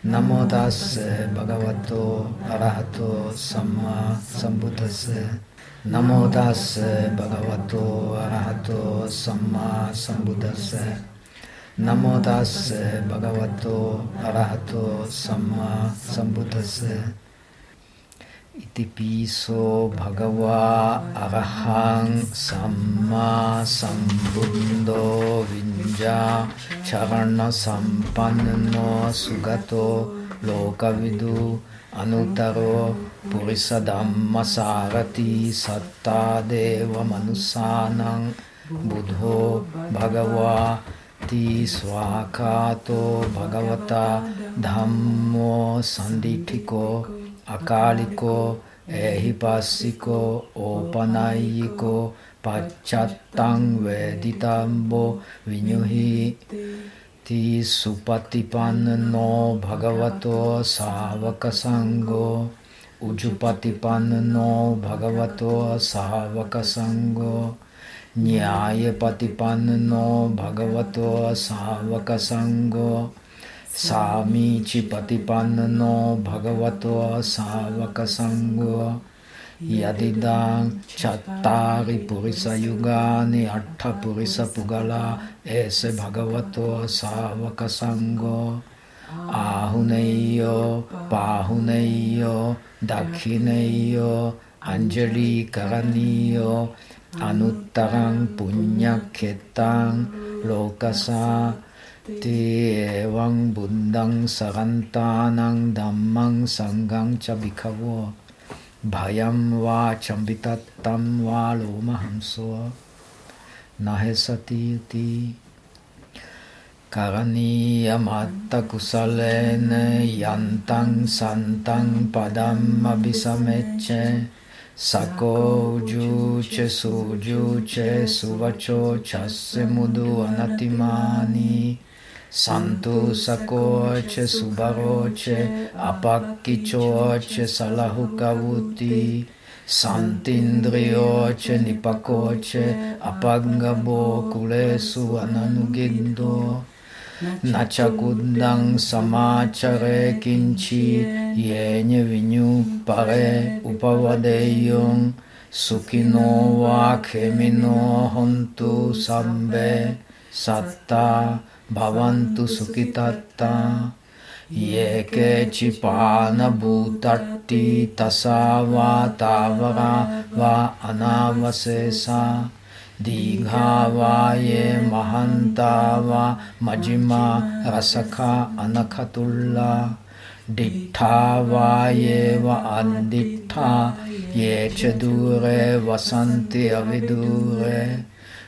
Namo tassa bhagavato arahato samma sambuddhassa. Namo tassa bhagavato arahato samma sambuddhassa. Namo tassa bhagavato arahato samma sambuddhassa. Itipiso bhagava arahang samma sambuddho vinja charana sampanno sugato lokavidu anutaro purisa dhamma sarati satta deva manusanang buddho bhagava ti swakato bhagavata dhammo sandithiko akaliko ehipassiko opanayiko pacchatang veditambo vinyuhi ti supatipanno bhagavato savaka sangho ujupatipanno bhagavato savaka sangho nyayapatipanno bhagavato savaka sangho Samici patipanno bhagavato savaka sangho yadidang chattari purisa yugani atta purisa pugala ese bhagavato savaka sangho ahuneyo pahuneyo dakhineyo anjali karaniyo anuttarang punyakhetang lokasa Ti evang buddhang sarantanang dhammang sanghang cha bhikkhavo bhayam va chambitattam va lomahamso nahesati ti karaniya matta kusalene yantang santang padam abhisamecce Sako juce sujuce suvacho chasse mudu anatimani Santu sakoce subaroce apakkicoce salahukavuti Santindrioce nipakoce apangabo kulesu ananugindo Nachakundang samachare kinchi yenye vinyu pare upavadeyong sukino va khemino hontu sambe satta bhavantu sukitatta yeke chipana bhutatti tasava tavara va anavasesa Dighavāye mahantava majima rasakha anakhatulla Ditthavāye va addittha yeche dure vasanti avidure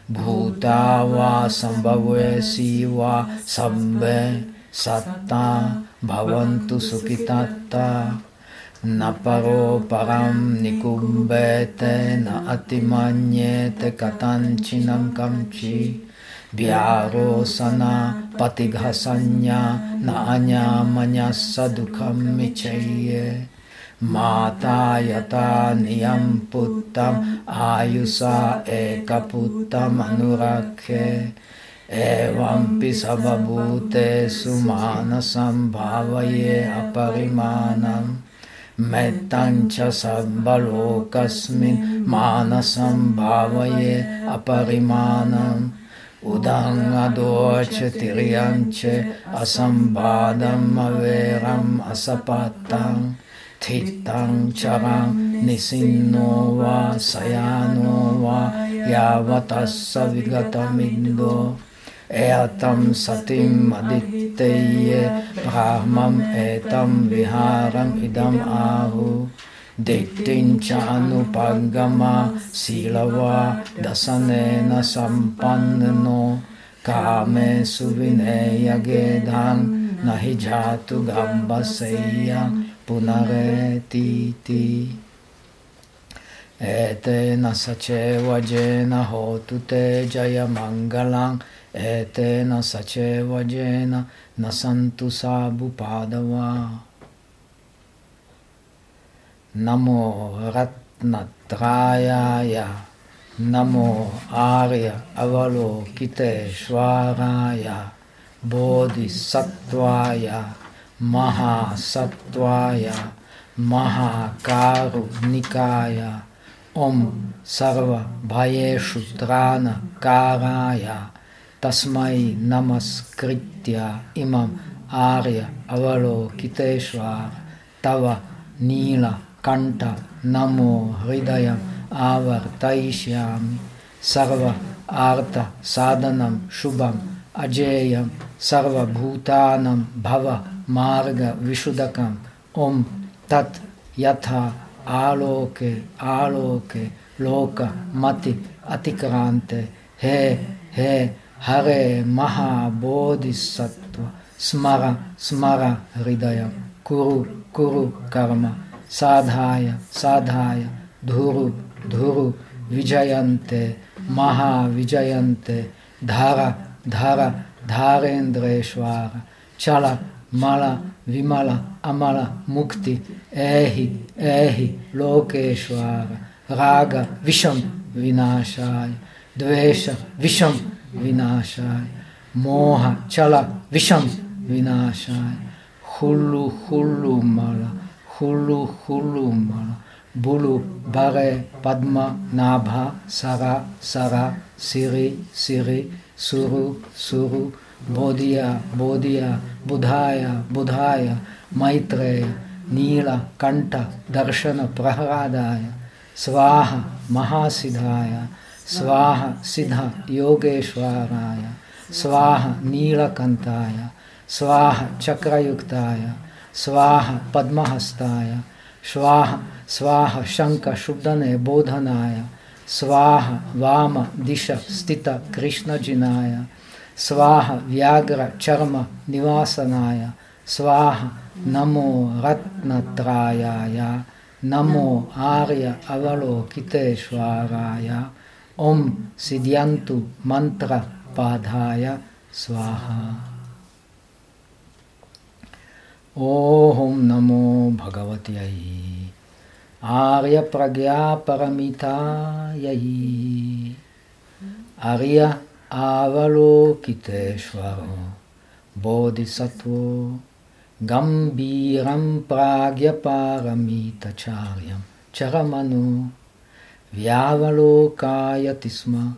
Bhutava sambhave siva sabbe satta bhavantu sukitatta Naparo param nikumbete na atimanyete katanchinam kamchi Vyaro sana patighasanya na anyamanyasa dukham michaye Mata yata niyam puttam ayusa ekaputtam anurakhe Evampi sababhute sumanasam bhavaye aparimanam Mettancha sabbalokasmin manasam bhavaye aparimanam Udang adoce tiriance asambadam averam asapatang Thittang charang nisinno va sayano va yavatassa vigatamindo Eatam satim aditteye brahmam etam viharam idam ahu Dittincha anupagama silava dasanena sampanno Kame suvineya gedhang nahi jatu gambaseyang punaretiti Etena saceva jena hotu te jaya mangalang Etena saceva jena nasantu sabu padava Namo Ratnatrayaya Namo Arya Avalokiteshvaraya Bodhisattvaya Mahasattváya Mahakaru Nikaya Om Sarva Bhayeshu Trana Karaya Tasmai Namaskritya Imam Arya Avalokiteshvara Tava Nila Kanta Namo Hridayam Avartaishyami Sarva Artha Sadhanam Shubham Ajayam Sarva Bhutanam Bhava Marga Vishudakam Om Tat Yatha Aloke Aloke Loka Mati Atikrante He Hare Maha Bodhisattva Smara Smara Hridayam Kuru Karma Sadhaya Dhuru Vijayante Maha Vijayante Dhara Dharendreshvara Chala Mala Vimala Amala Mukti Ehi Lokeshvara Raga Visham Vinashaya Dvesha Visham Vinashaya Moha Chala Visham Vinashaya Hullu Mala Bulu Bare Padma Nabha Sara Siri Suru Bodhiya Budhaya Maitreya Nila Kanta Darshana Praharadaya Swaha Mahasiddhaya Swaha Siddha Yogeshwaraya Swaha Nilakantaya Swaha Chakrayuktaya Swaha Padmahastaya Swaha Shanka Shubdane Bodhanaya Swaha Vama Disha Stita Krishna Jinaya Swaha Vyagra Charma Nivasanaya Swaha Namo Ratnatrayaya Namo Arya Avalokiteshvaraya Om Siddhyantu Mantra Padhaya Swaha. Om Namo Bhagavati Arya Pragya Paramita Yai Arya Avalokiteshvaro Bodhisattva Gambiram Pragya Paramita Charyam Charamano Vyavalokayatisma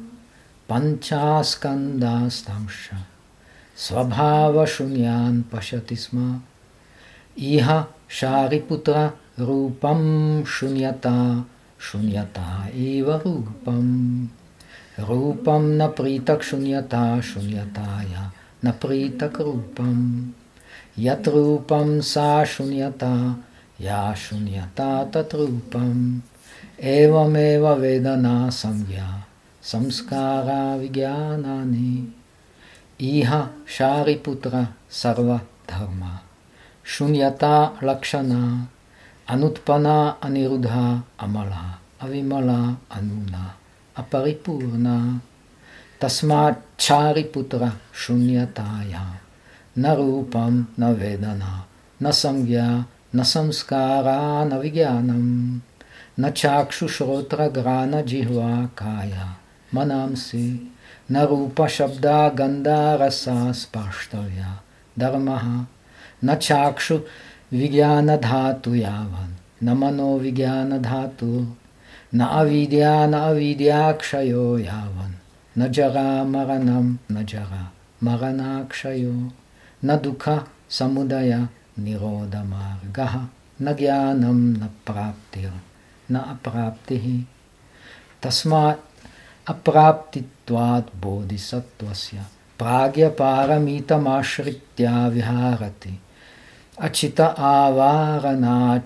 Panchaskandastamsha Svabhava Shunyan Pashatisma Iha Shariputra Rupam Shunyata Eva Rupam na Pritak Shunyataya na Pritak Rupam Yat Rupam Sa Shunyata Ya Shunyata Tat Rupam Evameva Vedana Samya Samskara Vigyanani Iha Shariputra Sarva Dharma Shunyata Lakshana Anutpana Anirudha Amala Avimala Anuna Aparipurna Tasmat Chariputra Shunyataya Na Rupam Na Vedana Na Samgya Na Samskara Na Vigyanam Na Chakshu Shrotra Grana Jihva Kaya Manamsi Na Rupa Shabda Gandha Rasa Spashtavya Dharmaha Na Chakshu Vigyana Dhatu Yavan Na Mano Vigyana Dhatu Na avidya kshayo yavan Na jara maranam Na jara marana kshayo Na dukha samudaya nirodha margaha Na jnanam na praptir Na apraptihi Tasmat apraptitvat bodhisattvasya Pragya paramitam ashritya viharati Achita avarana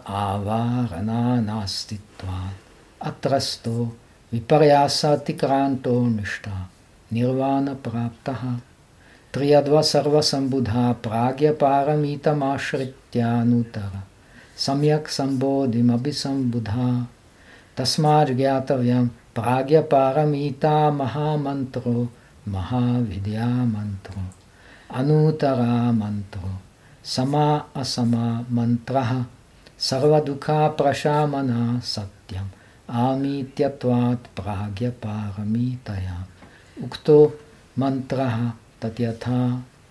nastitvat Atrasto viparyasati kranto nishta nirvana praptaha triyadva sarva sambudha pragya paramita mashritya nutara samyak sambodhim abhisambudha tasmad gyatavyam pragya paramita mahamantro mahavidya mantro anutara mantro sama asama mantraha sarva dukha prashamana satyam Amityatvat pragya paramitaya Ukto mantraha tatyatha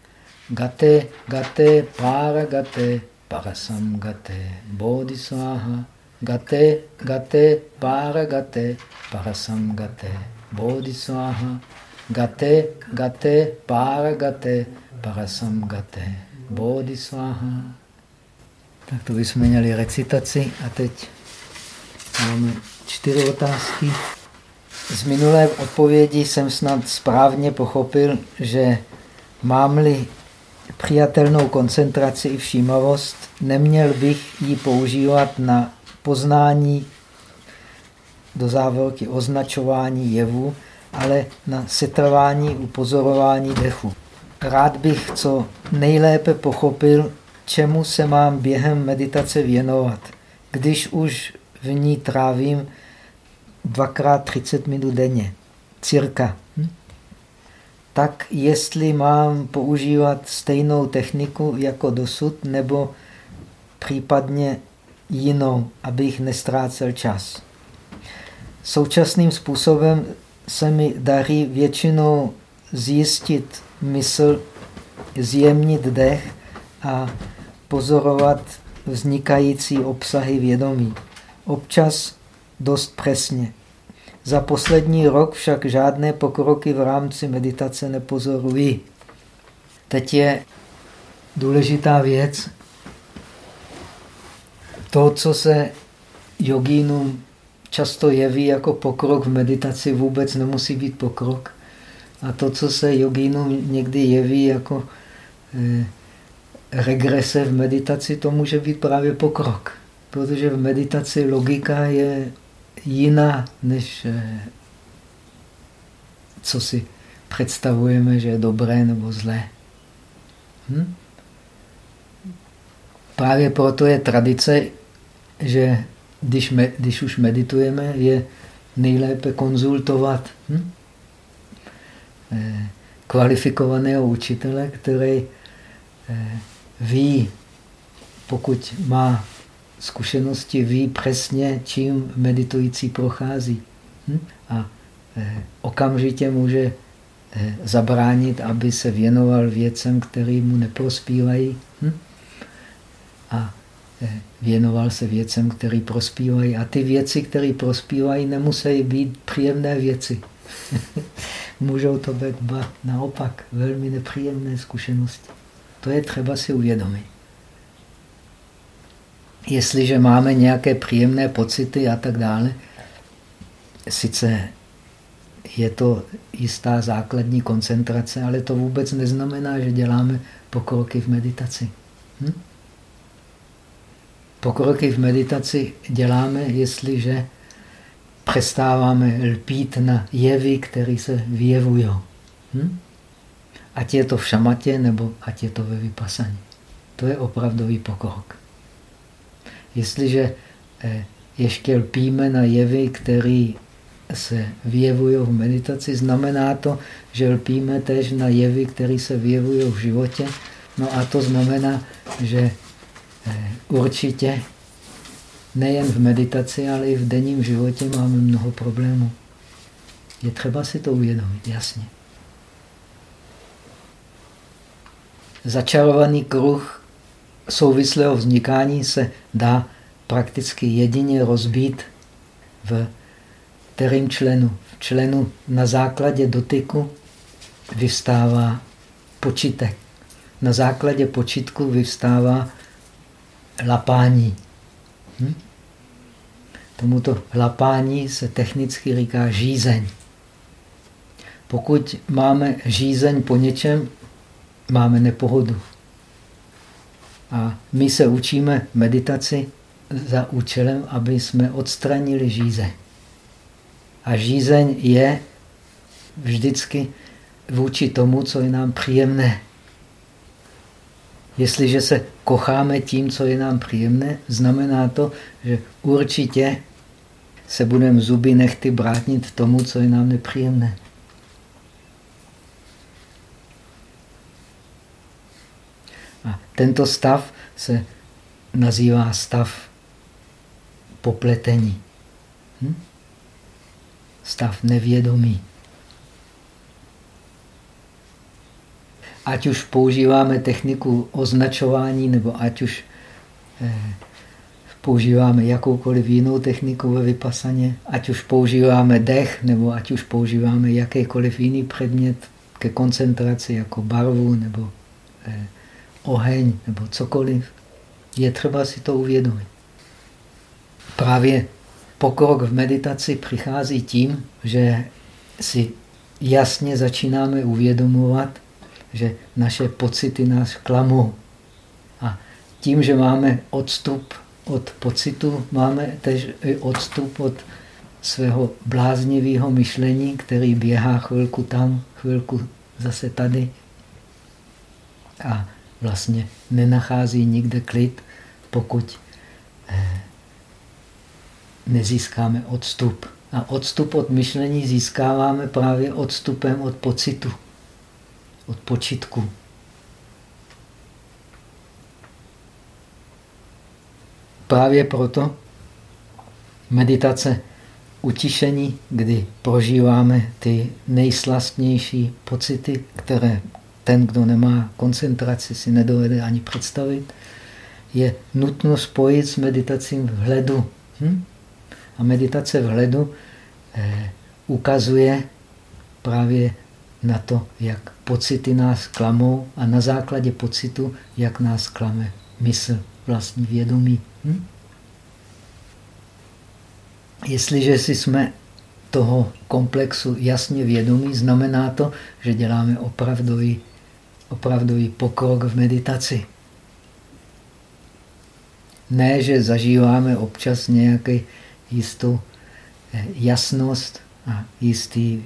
Gate, gate, para gate, parasam gate, bodhisvaha. Gate, gate, para gate, parasam gate, bodhisvaha. Gate, gate, para gate, parasam gate, bodhisvaha. Tak to bychom měli recitaci a teď máme 4 otázky. Z minulé odpovědi jsem snad správně pochopil, že mám-li přijatelnou koncentraci i všímavost, neměl bych ji používat na poznání, do závorky označování jevu, ale na setrvání upozorování dechu. Rád bych co nejlépe pochopil, čemu se mám během meditace věnovat. Když už v ní trávím 2x 30 minut denně, cirka. Tak jestli mám používat stejnou techniku jako dosud, nebo případně jinou, abych nestrácel čas. Současným způsobem se mi daří většinou zjistit mysl, zjemnit dech a pozorovat vznikající obsahy vědomí. Občas dost přesně. Za poslední rok však žádné pokroky v rámci meditace nepozoruji. Teď je důležitá věc. To, co se jogínům často jeví jako pokrok v meditaci, vůbec nemusí být pokrok. A to, co se jogínům někdy jeví jako regrese v meditaci, to může být právě pokrok. Protože v meditaci logika je jiná, než co si představujeme, že je dobré nebo zlé. Právě proto je tradice, že když už meditujeme, je nejlépe konzultovat kvalifikovaného učitele, který ví, pokud má zkušenosti, ví přesně, čím meditující prochází. A okamžitě může zabránit, aby se věnoval věcem, které mu neprospívají. A věnoval se věcem, které prospívají. A ty věci, které prospívají, nemusí být příjemné věci. Můžou to být naopak velmi nepříjemné zkušenosti. To je třeba si uvědomit. Jestliže máme nějaké příjemné pocity a tak dále, sice je to jistá základní koncentrace, ale to vůbec neznamená, že děláme pokroky v meditaci. Pokroky v meditaci děláme, jestliže přestáváme lpít na jevy, které se vyjevují. Ať je to v šamatě, nebo ať je to ve vypasaní. To je opravdový pokrok. Jestliže ještě lpíme na jevy, které se vyjevují v meditaci, znamená to, že lpíme též na jevy, které se vyjevují v životě. No a to znamená, že určitě nejen v meditaci, ale i v denním životě máme mnoho problémů. Je třeba si to uvědomit, jasně. Začarovaný kruh souvislého vznikání se dá prakticky jedině rozbít v kterém členu. V členu na základě dotyku vyvstává počitek. Na základě počitku vyvstává lapání. Tomuto lapání se technicky říká žízeň. Pokud máme žízeň po něčem, máme nepohodu. A my se učíme meditaci za účelem, aby jsme odstranili žízeň. A žízeň je vždycky vůči tomu, co je nám příjemné. Jestliže se kocháme tím, co je nám příjemné, znamená to, že určitě se budeme zuby nehty bránit tomu, co je nám nepříjemné. A tento stav se nazývá stav popletení. Stav nevědomí. ať už používáme techniku označování, nebo ať už používáme jakoukoliv jinou techniku ve vypasaně, ať už používáme dech, nebo ať už používáme jakýkoliv jiný předmět ke koncentraci, jako barvu, nebo oheň, nebo cokoliv, je třeba si to uvědomit. Právě pokrok v meditaci přichází tím, že si jasně začínáme uvědomovat, že naše pocity nás klamou. A tím, že máme odstup od pocitu, máme tež i odstup od svého bláznivého myšlení, který běhá chvilku tam, chvilku zase tady a vlastně nenachází nikde klid, pokud nezískáme odstup. A odstup od myšlení získáváme právě odstupem od pocitu, od počitku. Právě proto meditace utišení, kdy prožíváme ty nejslastnější pocity, které ten, kdo nemá koncentraci, si nedovede ani představit, je nutno spojit s meditacím vhledu. A meditace vhledu ukazuje právě na to, jak pocity nás klamou a na základě pocitu, jak nás klame mysl, vlastní vědomí. Jestliže si jsme toho komplexu jasně vědomí, znamená to, že děláme opravdový pokrok v meditaci. Ne, že zažíváme občas nějaký jistou jasnost a jistý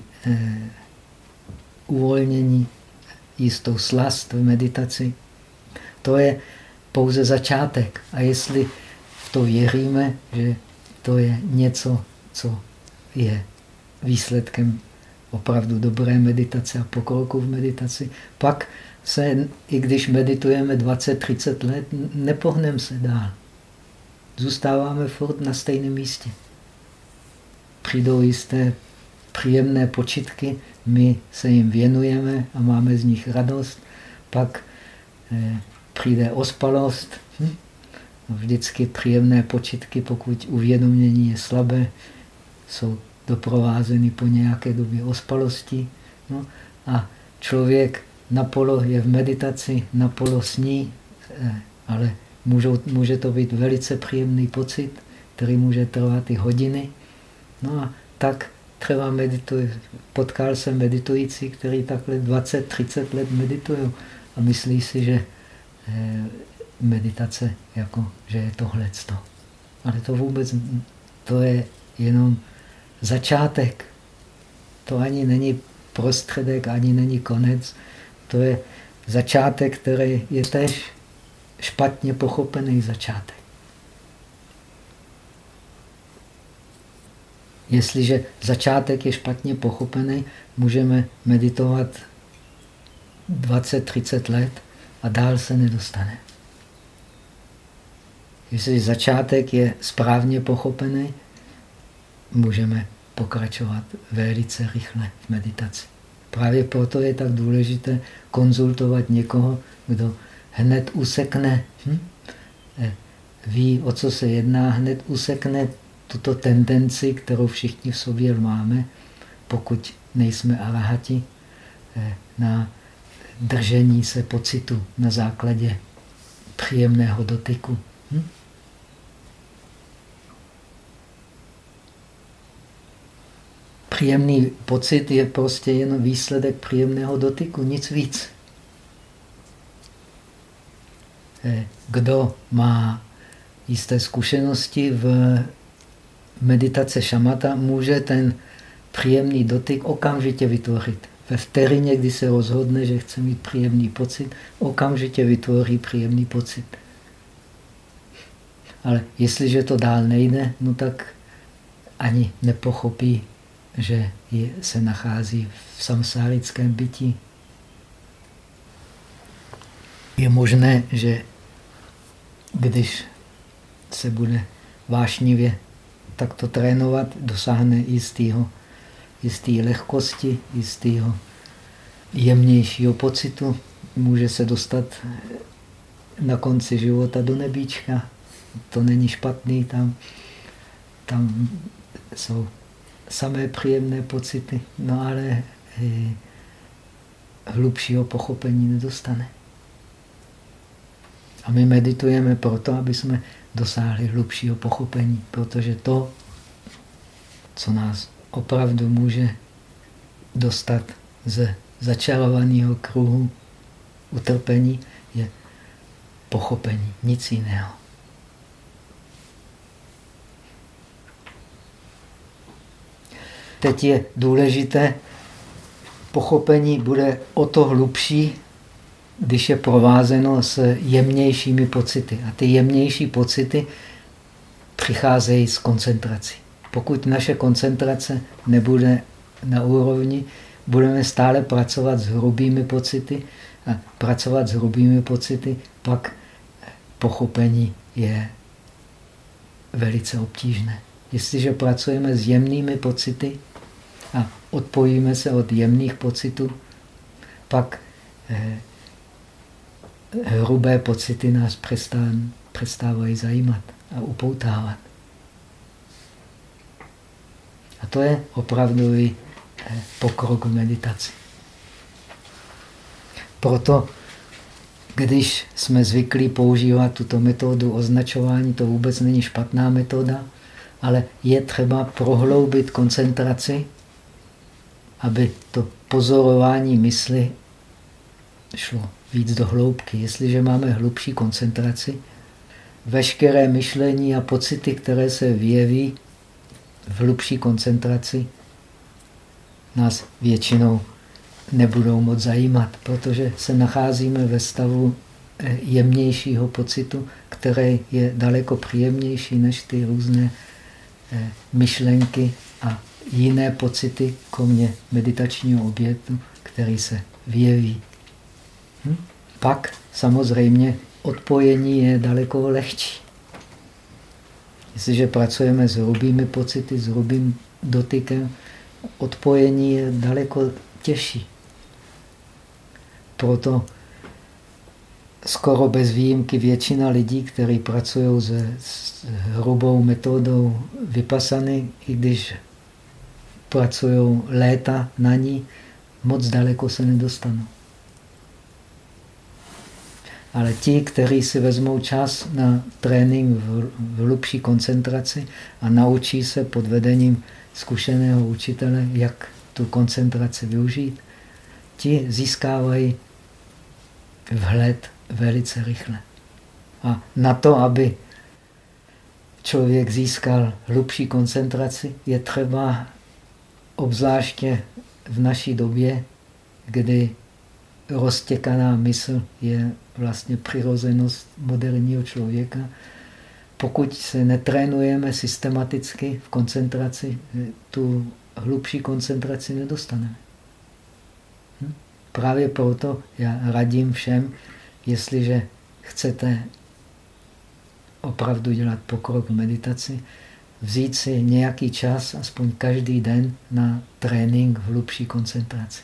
uvolnění, jistou slast v meditaci. To je pouze začátek. A jestli v to věříme, že to je něco, co je výsledkem opravdu dobré meditace a pokroku v meditaci, pak se, i když meditujeme 20-30 let, nepohneme se dál. Zůstáváme furt na stejném místě. Přijdou jisté příjemné počitky, my se jim věnujeme a máme z nich radost. Pak přijde ospalost. Vždycky příjemné počitky, pokud uvědomění je slabé, jsou doprovázeny po nějaké době ospalostí. No, a člověk napolo je v meditaci, napolo sní, ale může to být velice příjemný pocit, který může trvat i hodiny. No a tak třeba medituje. Potkal jsem meditující, který takhle 20-30 let meditují a myslí si, že meditace, jako že je tohleto. Ale to vůbec, to je jenom začátek. To ani není prostředek, ani není konec. To je začátek, který je též špatně pochopený začátek. Jestliže začátek je špatně pochopený, můžeme meditovat 20-30 let a dál se nedostane. Jestli začátek je správně pochopený, můžeme pokračovat velice rychle v meditaci. Právě proto je tak důležité konzultovat někoho, kdo hned usekne, ví, o co se jedná, hned usekne tuto tendenci, kterou všichni v sobě máme, pokud nejsme arahati, na držení se pocitu na základě příjemného dotyku. Příjemný pocit je prostě jen výsledek příjemného dotyku, nic víc. Kdo má jisté zkušenosti v meditace šamata, může ten příjemný dotyk okamžitě vytvořit. Ve vteřině, kdy se rozhodne, že chce mít příjemný pocit, okamžitě vytvoří příjemný pocit. Ale jestliže to dál nejde, no tak ani nepochopí, že se nachází v samsárickém bytí. Je možné, že když se bude vášnivě takto trénovat, dosáhne jisté lehkosti, jistého jemnějšího pocitu, může se dostat na konci života do nebíčka. To není špatný, tam jsou samé příjemné pocity, no ale hlubšího pochopení nedostane. A my meditujeme proto, aby jsme dosáhli hlubšího pochopení, protože to, co nás opravdu může dostat ze začarovaného kruhu utrpení, je pochopení, nic jiného. Teď je důležité, pochopení bude o to hlubší, když je provázeno s jemnějšími pocity. A ty jemnější pocity přicházejí z koncentrací. Pokud naše koncentrace nebude na úrovni, budeme stále pracovat s hrubými pocity. A pracovat s hrubými pocity, pak pochopení je velice obtížné. Jestliže pracujeme s jemnými pocity a odpojíme se od jemných pocitů, pak hrubé pocity nás přestávají zajímat a upoutávat. A to je opravdový pokrok v meditaci. Proto, když jsme zvyklí používat tuto metodu označování, to vůbec není špatná metoda, ale je třeba prohloubit koncentraci, aby to pozorování mysli šlo víc do hloubky. Jestliže máme hlubší koncentraci, veškeré myšlení a pocity, které se vyjeví v hlubší koncentraci, nás většinou nebudou moc zajímat, protože se nacházíme ve stavu jemnějšího pocitu, který je daleko příjemnější než ty různé myšlenky a jiné pocity, kromě meditačního objektu, který se vyjeví. Pak samozřejmě odpojení je daleko lehčí. Jestliže pracujeme s hrubými pocity, s hrubým dotykem, odpojení je daleko těžší. Proto skoro bez výjimky většina lidí, kteří pracují s hrubou metodou vipassany, i když pracují léta na ní, moc daleko se nedostanou. Ale ti, kteří si vezmou čas na trénink v hlubší koncentraci a naučí se pod vedením zkušeného učitele, jak tu koncentraci využít, ti získávají vhled velice rychle. A na to, aby člověk získal hlubší koncentraci, je třeba obzvláště v naší době, kdy roztěkaná mysl je vlastně přirozenost moderního člověka. Pokud se netrénujeme systematicky v koncentraci, tu hlubší koncentraci nedostaneme. Právě proto já radím všem, jestliže chcete opravdu dělat pokrok v meditaci, vzít si nějaký čas, aspoň každý den, na trénink v hlubší koncentraci.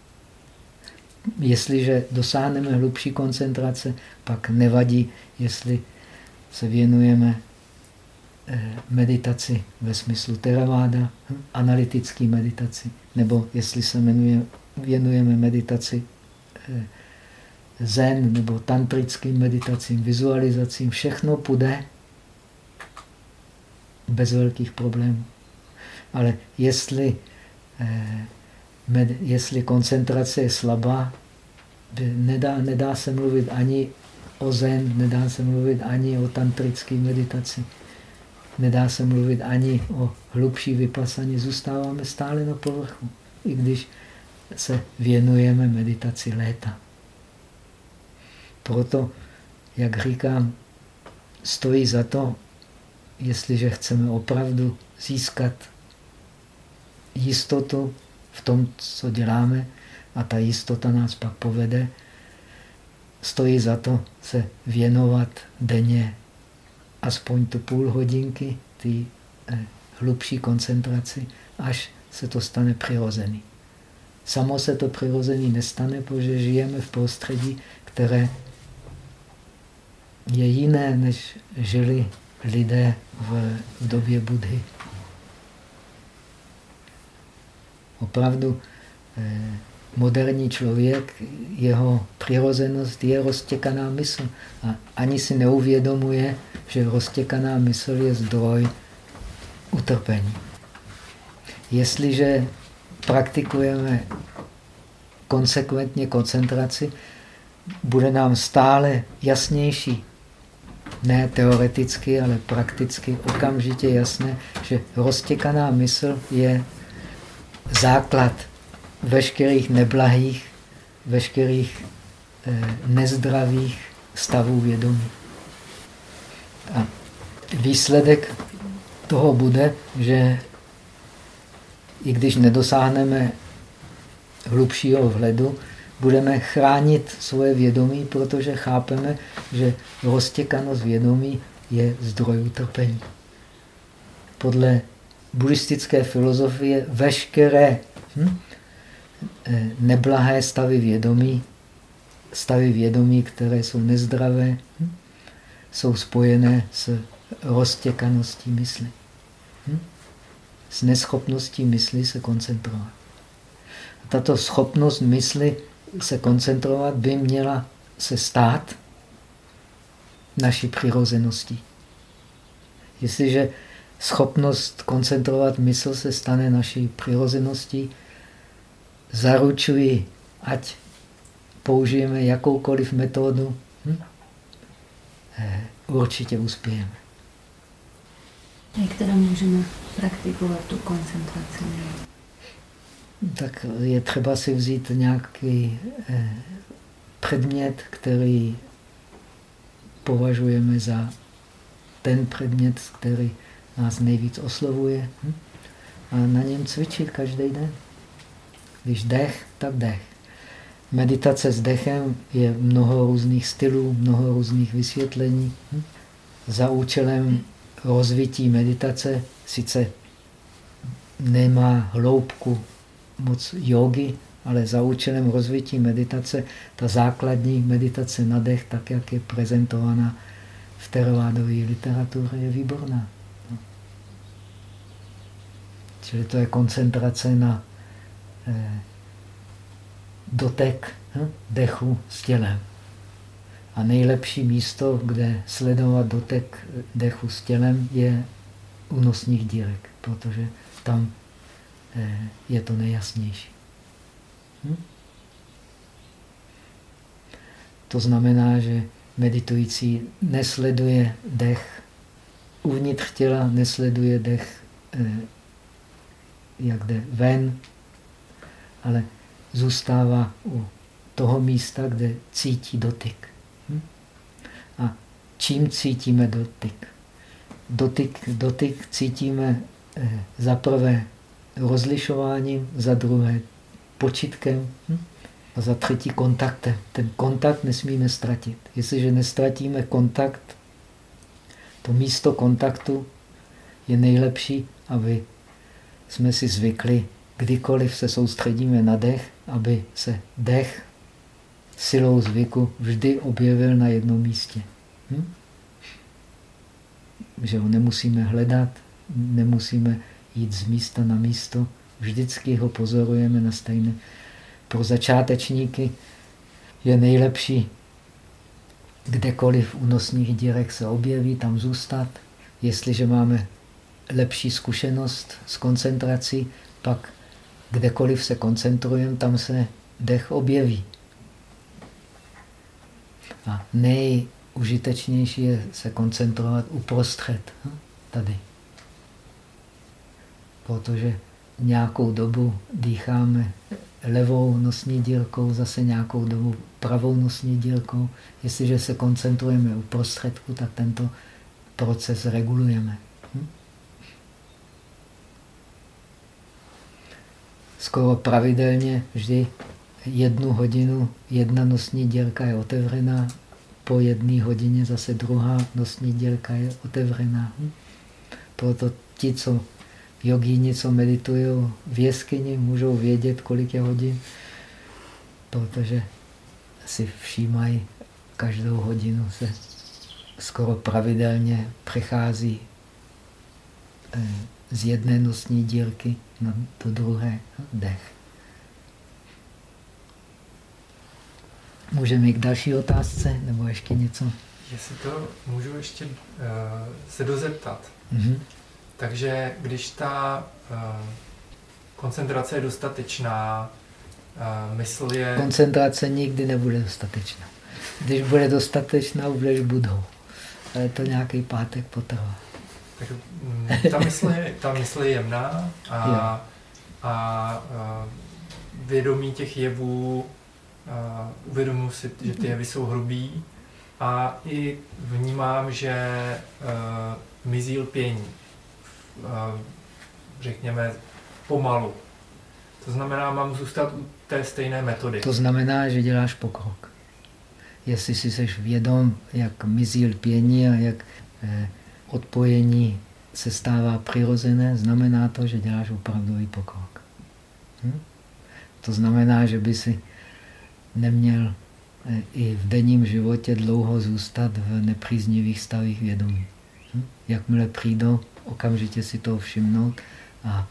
Jestliže dosáhneme hlubší koncentrace, pak nevadí, jestli se věnujeme meditaci ve smyslu Theravada, analytické meditaci, nebo jestli se věnujeme meditaci zen nebo tantrickým meditacím, vizualizacím, všechno půjde bez velkých problémů. Ale jestli koncentrace je slabá, nedá se mluvit ani o zen, nedá se mluvit ani o tantrické meditaci, nedá se mluvit ani o hlubší vypasaní, zůstáváme stále na povrchu, i když se věnujeme meditaci léta. Proto, jak říkám, stojí za to, jestliže chceme opravdu získat jistotu v tom, co děláme, a ta jistota nás pak povede, stojí za to se věnovat denně aspoň tu půl hodinky té hlubší koncentraci, až se to stane přirozený. samo se to přirozený nestane, protože žijeme v prostředí, které je jiné, než žili lidé v době Buddhy. Opravdu moderní člověk, jeho přirozenost je roztěkaná mysl. A ani si neuvědomuje, že roztěkaná mysl je zdroj utrpení. Jestliže praktikujeme konsekventně koncentraci, bude nám stále jasnější, ne teoreticky, ale prakticky okamžitě jasné, že roztěkaná mysl je základ veškerých neblahých, veškerých nezdravých stavů vědomí. A výsledek toho bude, že i když nedosáhneme hlubšího vhledu, budeme chránit svoje vědomí, protože chápeme, že roztěkanost vědomí je zdroj utrpení. Podle buddhistické filozofie veškeré neblahé stavy vědomí, které jsou nezdravé, jsou spojené s roztěkaností mysli. S neschopností mysli se koncentrovat. Tato schopnost mysli se koncentrovat by měla se stát naší přirozeností. Jestliže schopnost koncentrovat mysl se stane naší přirozeností, zaručuji, ať použijeme jakoukoliv metodu, určitě uspějeme. Jak teda můžeme praktikovat tu koncentraci? Tak je třeba si vzít nějaký předmět, který považujeme za ten předmět, který nás nejvíc oslovuje, a na něm cvičit každý den. Když dech, tak dech. Meditace s dechem je mnoho různých stylů, mnoho různých vysvětlení. Za účelem rozvití meditace sice nemá hloubku moc jógy, ale za účelem rozvití meditace, ta základní meditace na dech, tak jak je prezentovaná v teravádové literatuře, je výborná. Čili to je koncentrace na dotek dechu s tělem. A nejlepší místo, kde sledovat dotek dechu s tělem, je u nosních dírek, protože tam je to nejjasnější. To znamená, že meditující nesleduje dech uvnitř těla, nesleduje dech, jak jde ven, ale zůstává u toho místa, kde cítí dotyk. A čím cítíme dotyk? Dotyk cítíme za prvé rozlišováním, za druhé počitkem a za třetí kontaktem. Ten kontakt nesmíme ztratit. Jestliže nestratíme kontakt, to místo kontaktu je nejlepší, aby jsme si zvykli, kdykoliv se soustředíme na dech, aby se dech silou zvyku vždy objevil na jednom místě. Že ho nemusíme hledat, nemusíme jít z místa na místo, vždycky ho pozorujeme na stejné. Pro začátečníky je nejlepší kdekoliv u nosních dírek se objeví, tam zůstat. Jestliže máme lepší zkušenost s koncentrací, pak kdekoliv se koncentrujeme, tam se dech objeví. A nejužitečnější je se koncentrovat uprostřed, tady. Protože nějakou dobu dýcháme levou nosní dírkou, zase nějakou dobu pravou nosní dírkou. Jestliže se koncentrujeme uprostředku, tak tento proces regulujeme. Skoro pravidelně vždy 1 hodinu jedna nosní dírka je otevřená, po 1 hodině zase druhá nosní dírka je otevřená. Proto ti, co Jogíni, co meditují v jeskyni, můžou vědět, kolik je hodin, protože si všímají, každou hodinu se skoro pravidelně přechází z jedné nosní dírky do druhé, dech. Můžeme jít k další otázce, nebo ještě něco? Jestli to můžu ještě se dozeptat. Takže když ta koncentrace je dostatečná, mysl je... Koncentrace nikdy nebude dostatečná. Když bude dostatečná, budeš Budhou. Ale to nějaký pátek potrvá. Tak ta mysl je jemná a vědomí těch jevů, uvědomuji si, že ty jevy jsou hrubý a i vnímám, že mizí lpění. Řekněme pomalu. To znamená, mám zůstat u té stejné metody. To znamená, že děláš pokrok. Jestli si seš vědom, jak mizí lpění a jak odpojení se stává přirozené, znamená to, že děláš opravdový pokrok. To znamená, že by si neměl i v denním životě dlouho zůstat v nepříznivých stavích vědomí. Jakmile přijdou, okamžitě si toho všimnout a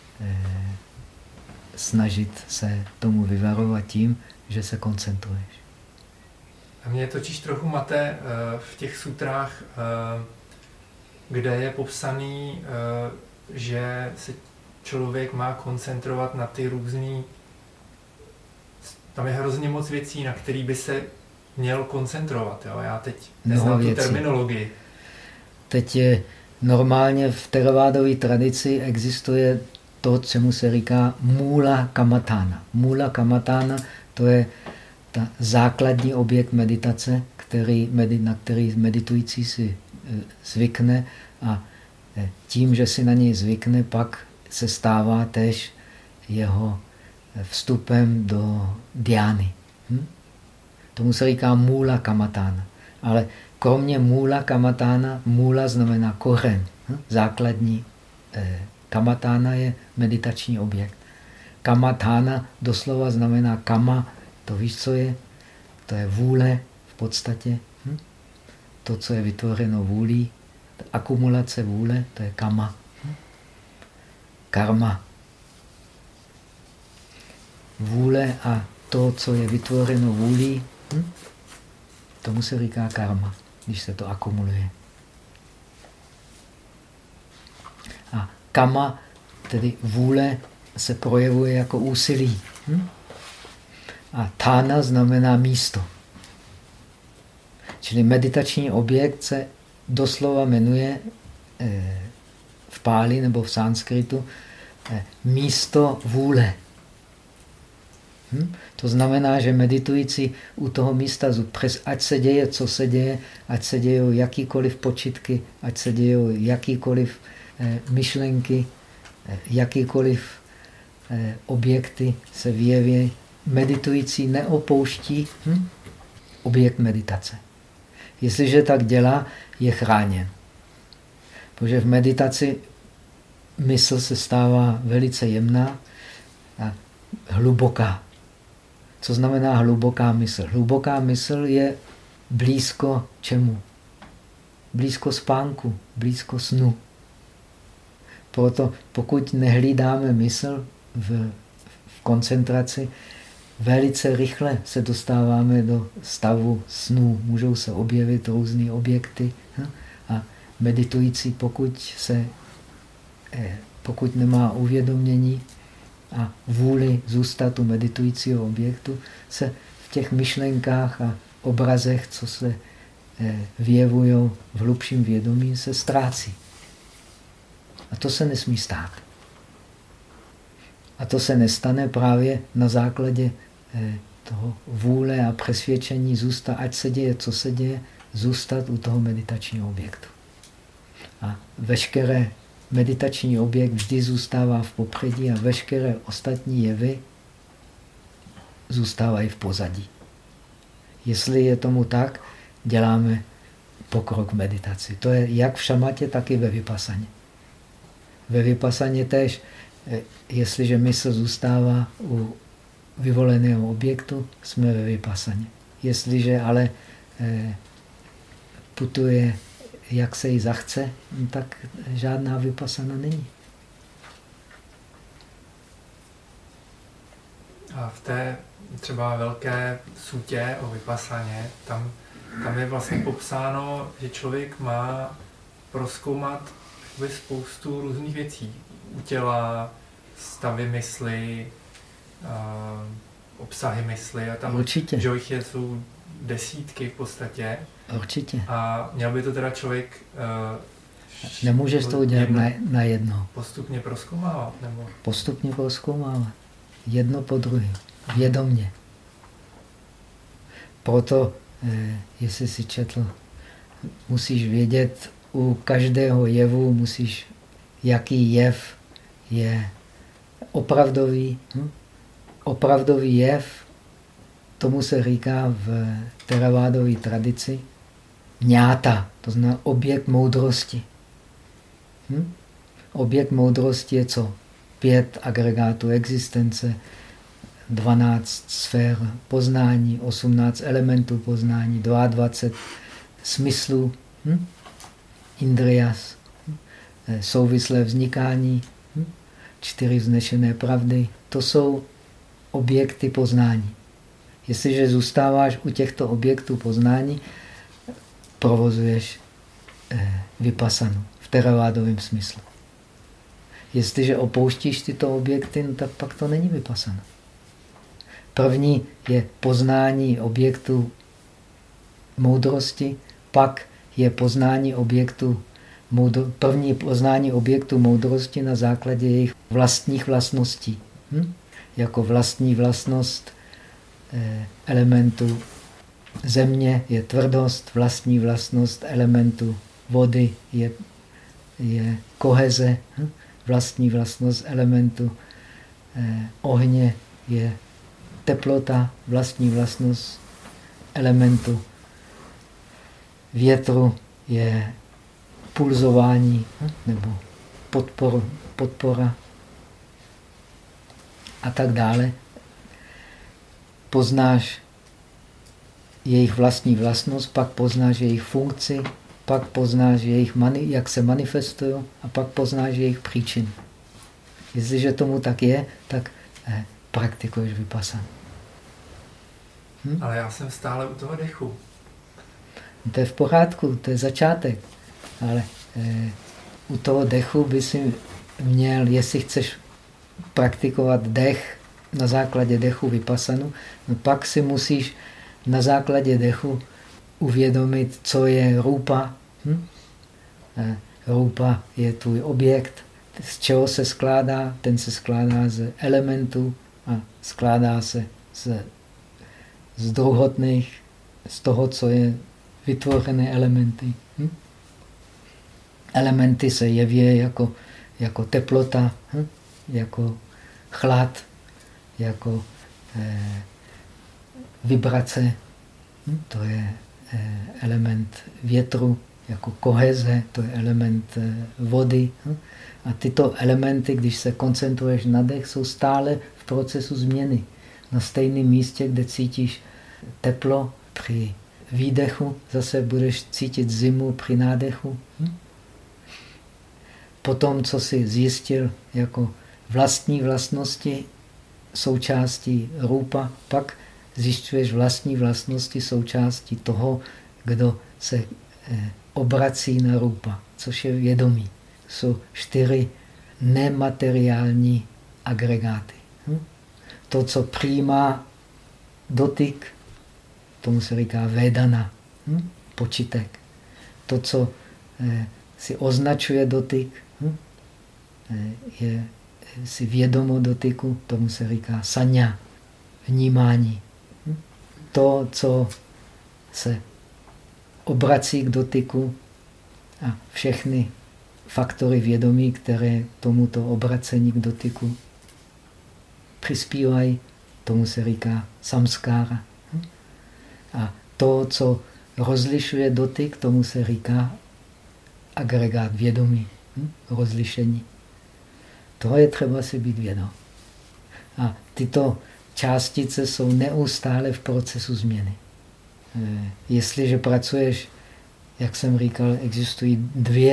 snažit se tomu vyvarovat tím, že se koncentruješ. A mě totiž trochu mate v těch sutrách, kde je popsaný, že se člověk má koncentrovat na ty různý... Tam je hrozně moc věcí, na který by se měl koncentrovat. Jo? Já teď neznám tu terminologii. Teď je normálně v teravádové tradici existuje to, čemu se říká Mula Kamatana. Mula Kamatana, to je ta základní objekt meditace, na který meditující si zvykne a tím, že si na něj zvykne, pak se stává též jeho vstupem do dhyány. Tomu se říká Mula Kamatana. Ale kromě Mula Kamatana, Mula znamená kořen. Základní Kamatana je meditační objekt. Kamatana doslova znamená kama. To víš, co je? To je vůle v podstatě. To, co je vytvořeno vůlí. Akumulace vůle, to je kama. Karma. Vůle a to, co je vytvořeno vůlí, tomu se říká karma, když se to akumuluje. A kama, tedy vůle, se projevuje jako úsilí. A thana znamená místo. Čili meditační objekt se doslova jmenuje v páli nebo v sanskritu místo vůle. To znamená, že meditující u toho místa, ať se děje, co se děje, ať se dějou jakýkoliv počitky, ať se dějou jakýkoliv myšlenky, jakýkoliv objekty se vyjeví, meditující neopouští objekt meditace. Jestliže tak dělá, je chráněn. Protože v meditaci mysl se stává velice jemná a hluboká. Co znamená hluboká mysl? Hluboká mysl je blízko čemu? Blízko spánku, blízko snu. Proto pokud nehlídáme mysl v koncentraci, velice rychle se dostáváme do stavu snů. Můžou se objevit různé objekty a meditující, pokud nemá uvědomění a vůli zůstat u meditujícího objektu, se v těch myšlenkách a obrazech, co se vyjevují v hlubším vědomí, se ztrácí. A to se nesmí stát. A to se nestane právě na základě toho vůle a přesvědčení zůstat, ať se děje, co se děje, zůstat u toho meditačního objektu. A veškeré meditační objekt vždy zůstává v popředí a veškeré ostatní jevy zůstávají v pozadí. Jestli je tomu tak, děláme pokrok v meditaci. To je jak v šamatě, tak i ve vypasaně. Ve vypasaně též, jestliže mysl zůstává u vyvoleného objektu, jsme ve vypasaně. Jestliže ale putuje, jak se jí zachce, tak žádná vypasana není. A v té třeba velké sutě o vypasaně, tam je vlastně popsáno, že člověk má prozkoumat spoustu různých věcí. U těla, stavy mysli, obsahy mysli a tam určitě. Že jich jsou desítky v podstatě. Určitě. A měl by to teda člověk nemůžeš to udělat na jedno. Postupně prozkoumávat? Nebo? Postupně prozkoumávat. Jedno po druhém. Vědomně. Proto, jestli si četl, musíš vědět, u každého jevu musíš, jaký jev je opravdový. Opravdový jev, tomu se říká v teravádové tradici ňáta, to znamená objekt moudrosti. Objekt moudrosti je co? 5 agregátů existence, 12 sfér poznání, 18 elementů poznání, 22 smyslů, indriyas, souvislé vznikání, 4 vznešené pravdy. To jsou objekty poznání. Jestliže zůstáváš u těchto objektů poznání, provozuješ vypasanu v teravádovém smyslu. Jestliže opouštíš tyto objekty, no tak pak to není vypasana. První je poznání objektu moudrosti, pak je poznání objektu první poznání objektu moudrosti na základě jejich vlastních vlastností. Jako vlastní vlastnost elementu země je tvrdost, vlastní vlastnost elementu vody je koheze, vlastní vlastnost elementu ohně je teplota, vlastní vlastnost elementu větru je pulzování nebo podpora a tak dále. Poznáš jejich vlastní vlastnost, pak poznáš jejich funkci, pak poznáš jak se manifestují a pak poznáš jejich příčiny. Jestliže tomu tak je, tak praktikuješ vypasanu. Ale já jsem stále u toho dechu. To je v pořádku, to je začátek. Ale u toho dechu by si měl, jestli chceš praktikovat dech na základě dechu vypasanu, no pak si musíš na základě dechu uvědomit, co je rupa. Rupa je tvůj objekt. Z čeho se skládá? Ten se skládá z elementů a skládá se z druhotných, z toho, co je vytvořené elementy. Elementy se jeví jako teplota, jako chlad, jako vibrace, to je element větru, jako koheze, to je element vody. A tyto elementy, když se koncentruješ na dech, jsou stále v procesu změny. Na stejném místě, kde cítíš teplo při výdechu, zase budeš cítit zimu při nádechu. Potom, co jsi zjistil jako vlastní vlastnosti součástí rupa, pak zjišťuješ vlastní vlastnosti součástí toho, kdo se obrací na rupa, což je vědomí. Jsou 4 nemateriální agregáty. To, co přijímá dotyk, tomu se říká vedana, počitek. To, co si označuje dotyk, je si vědomo dotyku, tomu se říká saňa, vnímání. To, co se obrací k dotyku a všechny faktory vědomí, které tomuto obracení k dotyku přispívají, tomu se říká samskára. A to, co rozlišuje dotyk, tomu se říká agregát vědomí, rozlišení. To je třeba si být vědom. A tyto částice jsou neustále v procesu změny. Jestliže pracuješ, jak jsem říkal, existují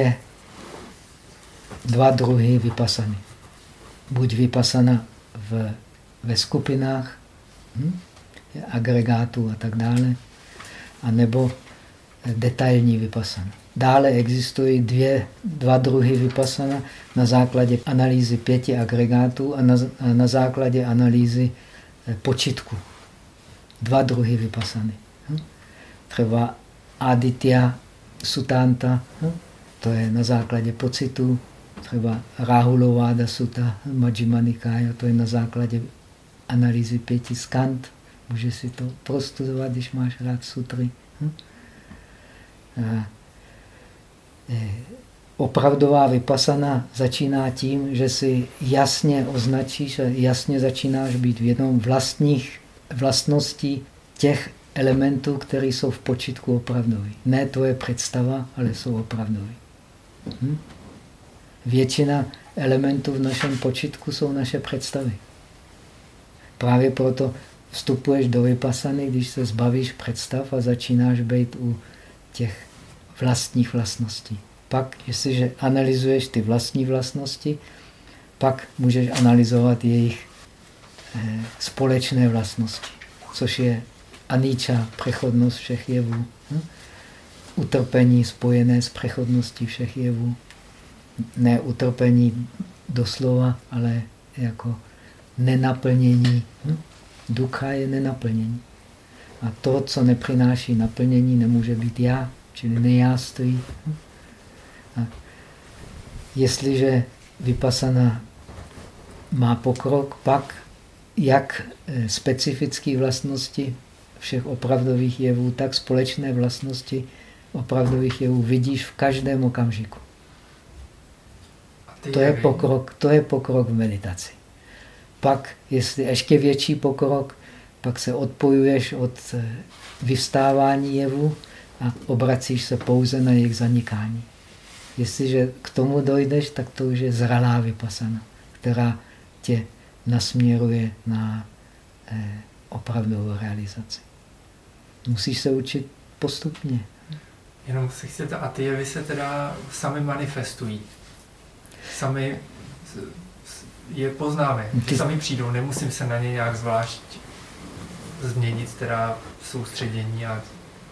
dva druhy vypasany. Buď vypasana ve skupinách, agregátů a tak dále, anebo detailní vypasana. Dále existují dva druhy vypasana na základě analýzy 5 agregátů a na základě analýzy počitku. 2 druhy vypasany. Třeba Aditya Sutanta, to je na základě pocitu, třeba Rahulováda Sutta, Majjhima Nikaya, to je na základě analýzy 5 skand. Můžeš si to prostudovat, když máš rád sutry. Opravdová vypasana začíná tím, že si jasně označíš a jasně začínáš být vědom vlastností těch elementů, které jsou v počitku opravdový. Ne tvoje představa, ale jsou opravdový. Většina elementů v našem počitku jsou naše představy. Právě proto vstupuješ do vypasany, když se zbavíš představ a začínáš být u těch vlastních vlastností. Pak, jestliže analyzuješ ty vlastní vlastnosti, pak můžeš analyzovat jejich společné vlastnosti, což je anicca, přechodnost všech jevů, utrpení spojené s přechodností všech jevů. Ne utrpení doslova, ale jako nenaplnění. Dukkha je nenaplnění. A to, co nepřináší naplnění, nemůže být já, čili nejáství. A jestliže vypasana má pokrok, pak jak specifické vlastnosti všech opravdových jevů, tak společné vlastnosti opravdových jevů vidíš v každém okamžiku. To je pokrok v meditaci. Pak, jestli ještě větší pokrok, pak se odpojuješ od vyvstávání jevu a obracíš se pouze na jejich zanikání. Jestliže k tomu dojdeš, tak to už je zralá vypasana, která tě nasměruje na opravdovou realizaci. Musíš se učit postupně. Jenom se chcete, a ty jevy se teda sami manifestují. Sami je poznáme. Ty sami přijdou, nemusím se na ně nějak zvlášť změnit teda soustředění a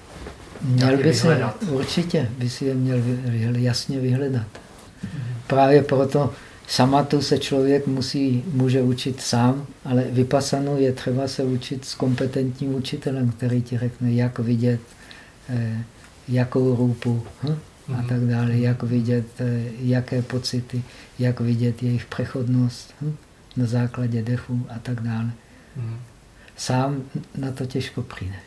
určitě by si je měl jasně vyhledat. Právě proto samatu se člověk může učit sám, ale vypasanu je třeba se učit s kompetentním učitelem, který ti řekne, jak vidět, jakou růpu a tak dále, jak vidět, jaké pocity, jak vidět jejich přechodnost na základě dechu a tak dále. Sám na to těžko přijdeš.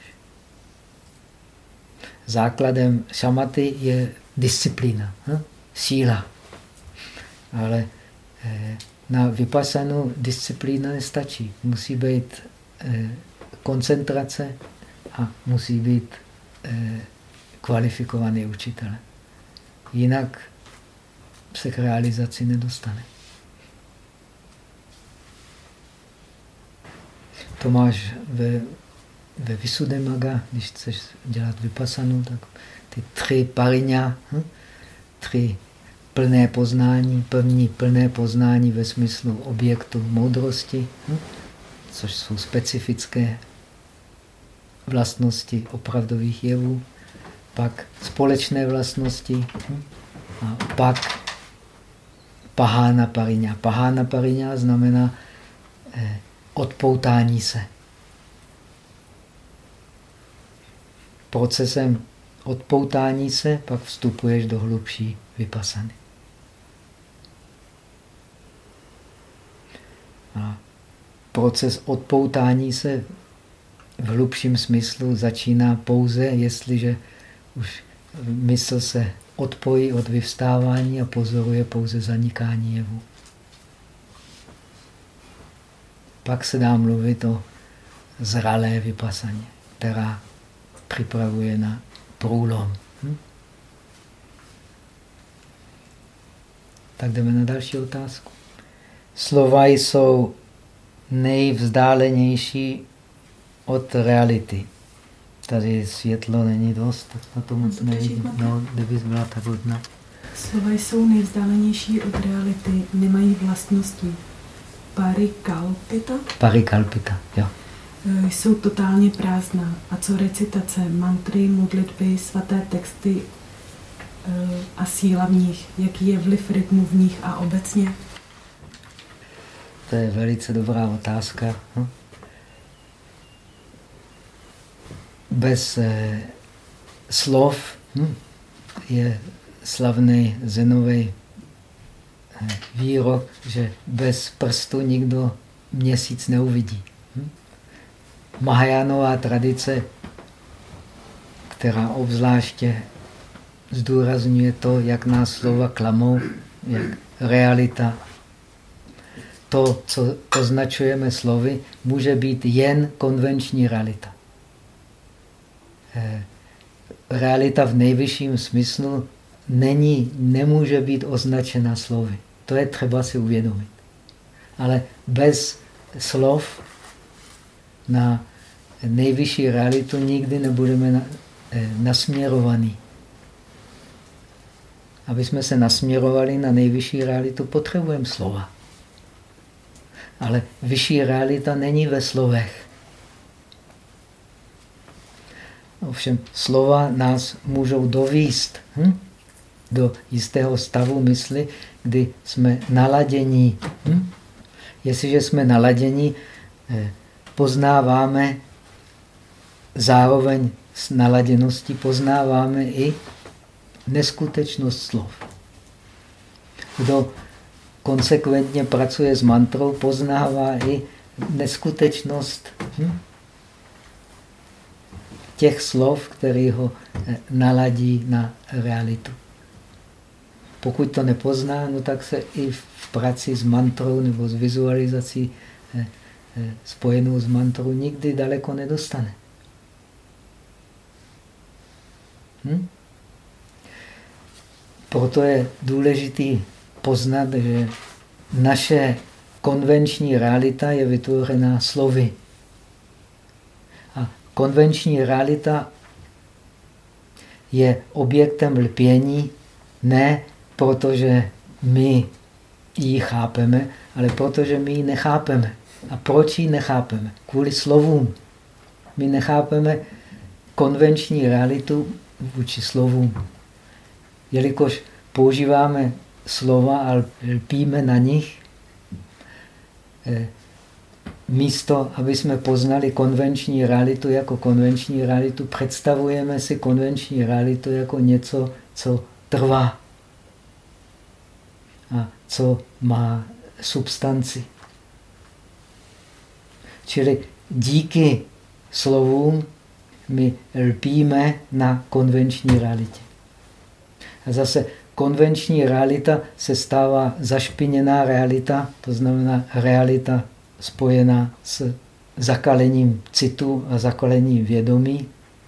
Základem šamaty je disciplína, síla. Ale na vypasanu disciplína nestačí. Musí být koncentrace a musí být kvalifikovaný učitel. Jinak se k realizaci nedostane. To máš ve Visuddhimagga, když chceš dělat vypasanu, tak ty 3 pariňá, 3 plné poznání, plné poznání ve smyslu objektu moudrosti, což jsou specifické vlastnosti opravdových jevů, pak společné vlastnosti a pak pahána pariňá. Pahána pariňá znamená odpoutání se. Procesem odpoutání se pak vstupuješ do hlubší vypasany. A proces odpoutání se v hlubším smyslu začíná pouze, jestliže už mysl se odpojí od vyvstávání a pozoruje pouze zanikání jevu. Pak se dá mluvit o zralé vypasaně, která připravuje na průlom. Tak jdeme na další otázku. Slova jsou nejvzdálenější od reality. Tady světlo není dost, tak na to moc nevidím. No, kdybys byla tak hodná. Slova jsou nejvzdálenější od reality, nemají vlastnosti. Parikalpita? Parikalpita, jo. Jsou totálně prázdná. A co recitace, mantry, modlitby, svaté texty a síla v nich? Jaký je vliv rytmu v nich a obecně? To je velice dobrá otázka. Bez slov je slavný Zenový výrok, že bez prstu nikdo měsíc neuvidí. Mahajánová tradice, která obzvláště zdůrazňuje to, jak nás slova klamou, jak realita. To, co označujeme slovy, může být jen konvenční realita. Realita v nejvyšším smyslu nemůže být označena slovy. To je třeba si uvědomit. Ale bez slov na nejvyšší realitu nikdy nebudeme nasměrovaní. Aby jsme se nasměrovali na nejvyšší realitu, potřebujeme slova. Ale vyšší realita není ve slovech. Ovšem slova nás můžou dovést do jistého stavu mysli, kdy jsme naladění. Jestliže jsme naladění, poznáváme zároveň s naladěností, poznáváme i neskutečnost slov. Kdo konsekventně pracuje s mantrou, poznává i neskutečnost těch slov, které ho naladí na realitu. Pokud to nepozná, no tak se i v práci s mantrou nebo s vizualizací spojenou s mantrou nikdy daleko nedostane. Proto je důležité poznat, že naše konvenční realita je vytvořená slovy. A konvenční realita je objektem lpění ne protože my ji chápeme, ale protože my ji nechápeme. A proč ji nechápeme? Kvůli slovům. My nechápeme konvenční realitu vůči slovům. Jelikož používáme slova a lpíme na nich, místo, aby jsme poznali konvenční realitu jako konvenční realitu, představujeme si konvenční realitu jako něco, co trvá a co má substanci. Čili díky slovům my lpíme na konvenční realitě. A zase konvenční realita se stává zašpiněná realita, to znamená realita spojená s zakalením citu a zakalením vědomí.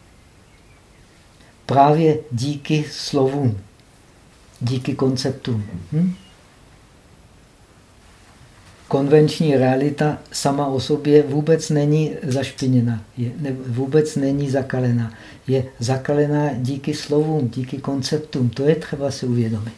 Právě díky slovům, díky konceptům. Konvenční realita sama o sobě vůbec není zašpiněná, vůbec není zakalená. Je zakalená díky slovům, díky konceptům. To je třeba si uvědomit.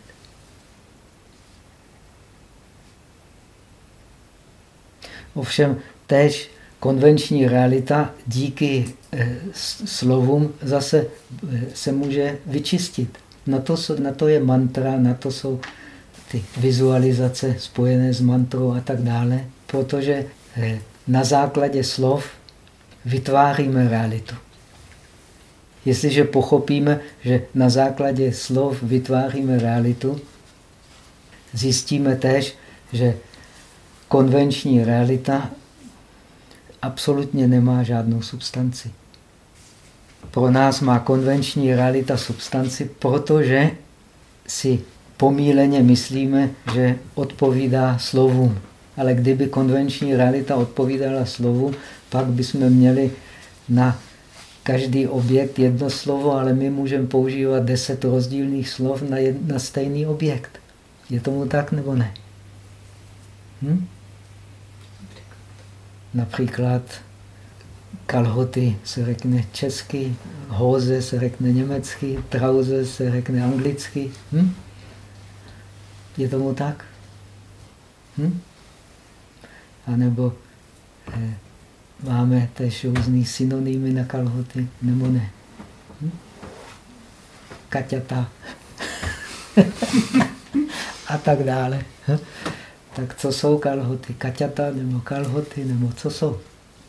Ovšem též konvenční realita díky slovům zase se může vyčistit. Na to je mantra, na to jsou ty vizualizace spojené s mantrou a tak dále, protože na základě slov vytváříme realitu. Jestliže pochopíme, že na základě slov vytváříme realitu, zjistíme též, že konvenční realita absolutně nemá žádnou substanci. Pro nás má konvenční realita substanci, protože si pomíleně myslíme, že odpovídá slovům. Ale kdyby konvenční realita odpovídala slovu, pak bychom měli na každý objekt jedno slovo, ale my můžeme používat 10 rozdílných slov na stejný objekt. Je tomu tak nebo ne? Například kalhoty se řekne česky, hóze se řekne německy, trauze se řekne anglicky. Je tomu tak? A nebo máme též různý synonymy na kalhoty, nebo ne? Kaťata. A tak dále. Tak co jsou kalhoty? Kaťata nebo kalhoty, nebo co jsou?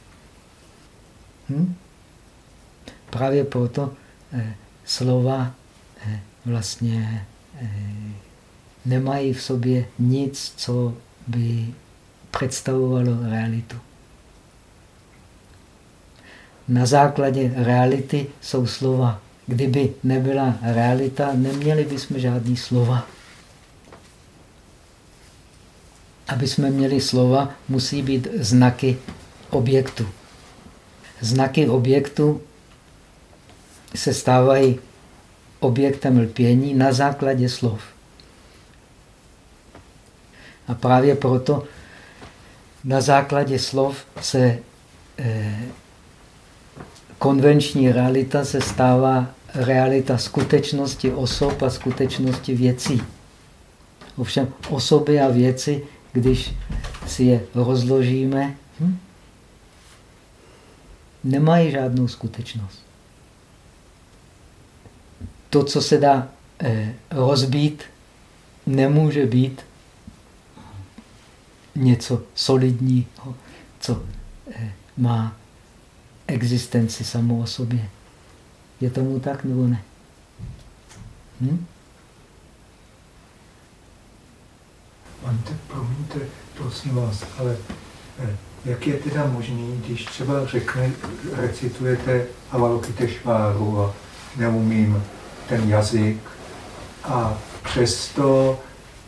Právě proto slova vlastně nemají v sobě nic, co by představovalo realitu. Na základě reality jsou slova. Kdyby nebyla realita, neměli bychom žádný slova. Aby jsme měli slova, musí být znaky objektu. Znaky objektu se stávají objektem lpění na základě slov. A právě proto na základě slov se konvenční realita se stává realita skutečnosti osob a skutečnosti věcí. Ovšem osoby a věci, když si je rozložíme, nemají žádnou skutečnost. To, co se dá rozbít, nemůže být něco solidního, co má existenci samo o sobě. Je tomu tak, nebo ne? Promiňte, prosím vás, ale jak je teda možný, když třeba recitujete Avalokiteshváru a neumím ten jazyk a přesto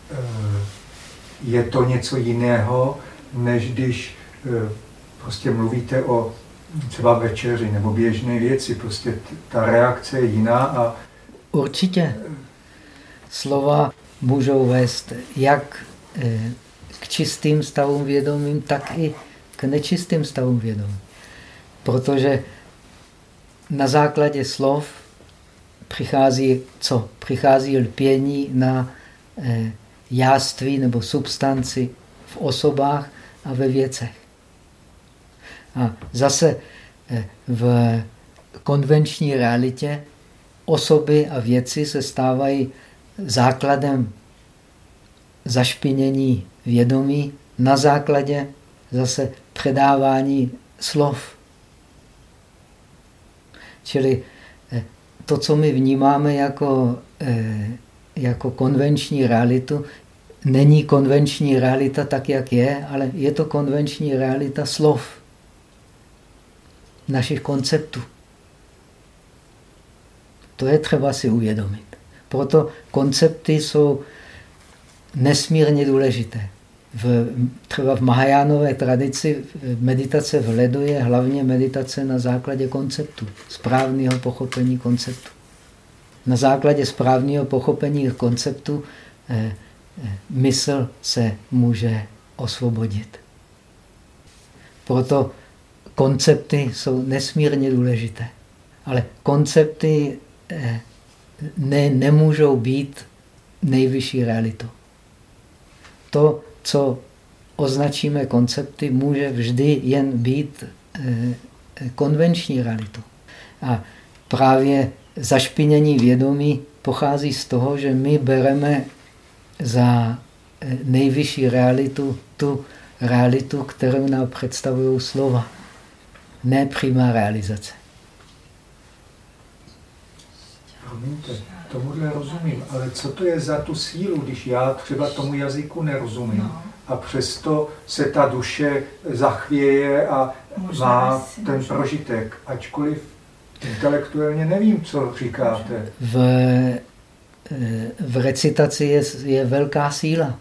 je to něco jiného, než když prostě mluvíte o třeba večeři nebo běžné věci. Prostě ta reakce je jiná a... Určitě. Slova můžou vést jak k čistým stavům vědomím, tak i k nečistým stavům vědomí. Protože na základě slov přichází co? Přichází lpění na jáství nebo substanci v osobách a ve věcech. A zase v konvenční realitě osoby a věci se stávají základem zašpinění vědomí na základě zase předávání slov. Čili to, co my vnímáme jako konvenční realitu, není konvenční realita tak, jak je, ale je to konvenční realita slov, našich konceptů. To je třeba si uvědomit. Proto koncepty jsou nesmírně důležité. Třeba v Mahajánové tradici meditace v ledu je hlavně meditace na základě konceptu, správného pochopení konceptu. Na základě správného pochopení konceptu mysl se může osvobodit. Proto koncepty jsou nesmírně důležité. Ale koncepty nemůžou být nejvyšší realitou. To, co označíme koncepty, může vždy jen být konvenční realitou. A právě zašpinění vědomí pochází z toho, že my bereme za nejvyšší realitu tu realitu, kterou nám představují slova. Ne přímá realizace. Promiňte, tomuhle rozumím, ale co to je za tu sílu, když já třeba tomu jazyku nerozumím a přesto se ta duše zachvěje a má ten prožitek, ačkoliv intelektuálně nevím, co říkáte. V recitaci je velká síla.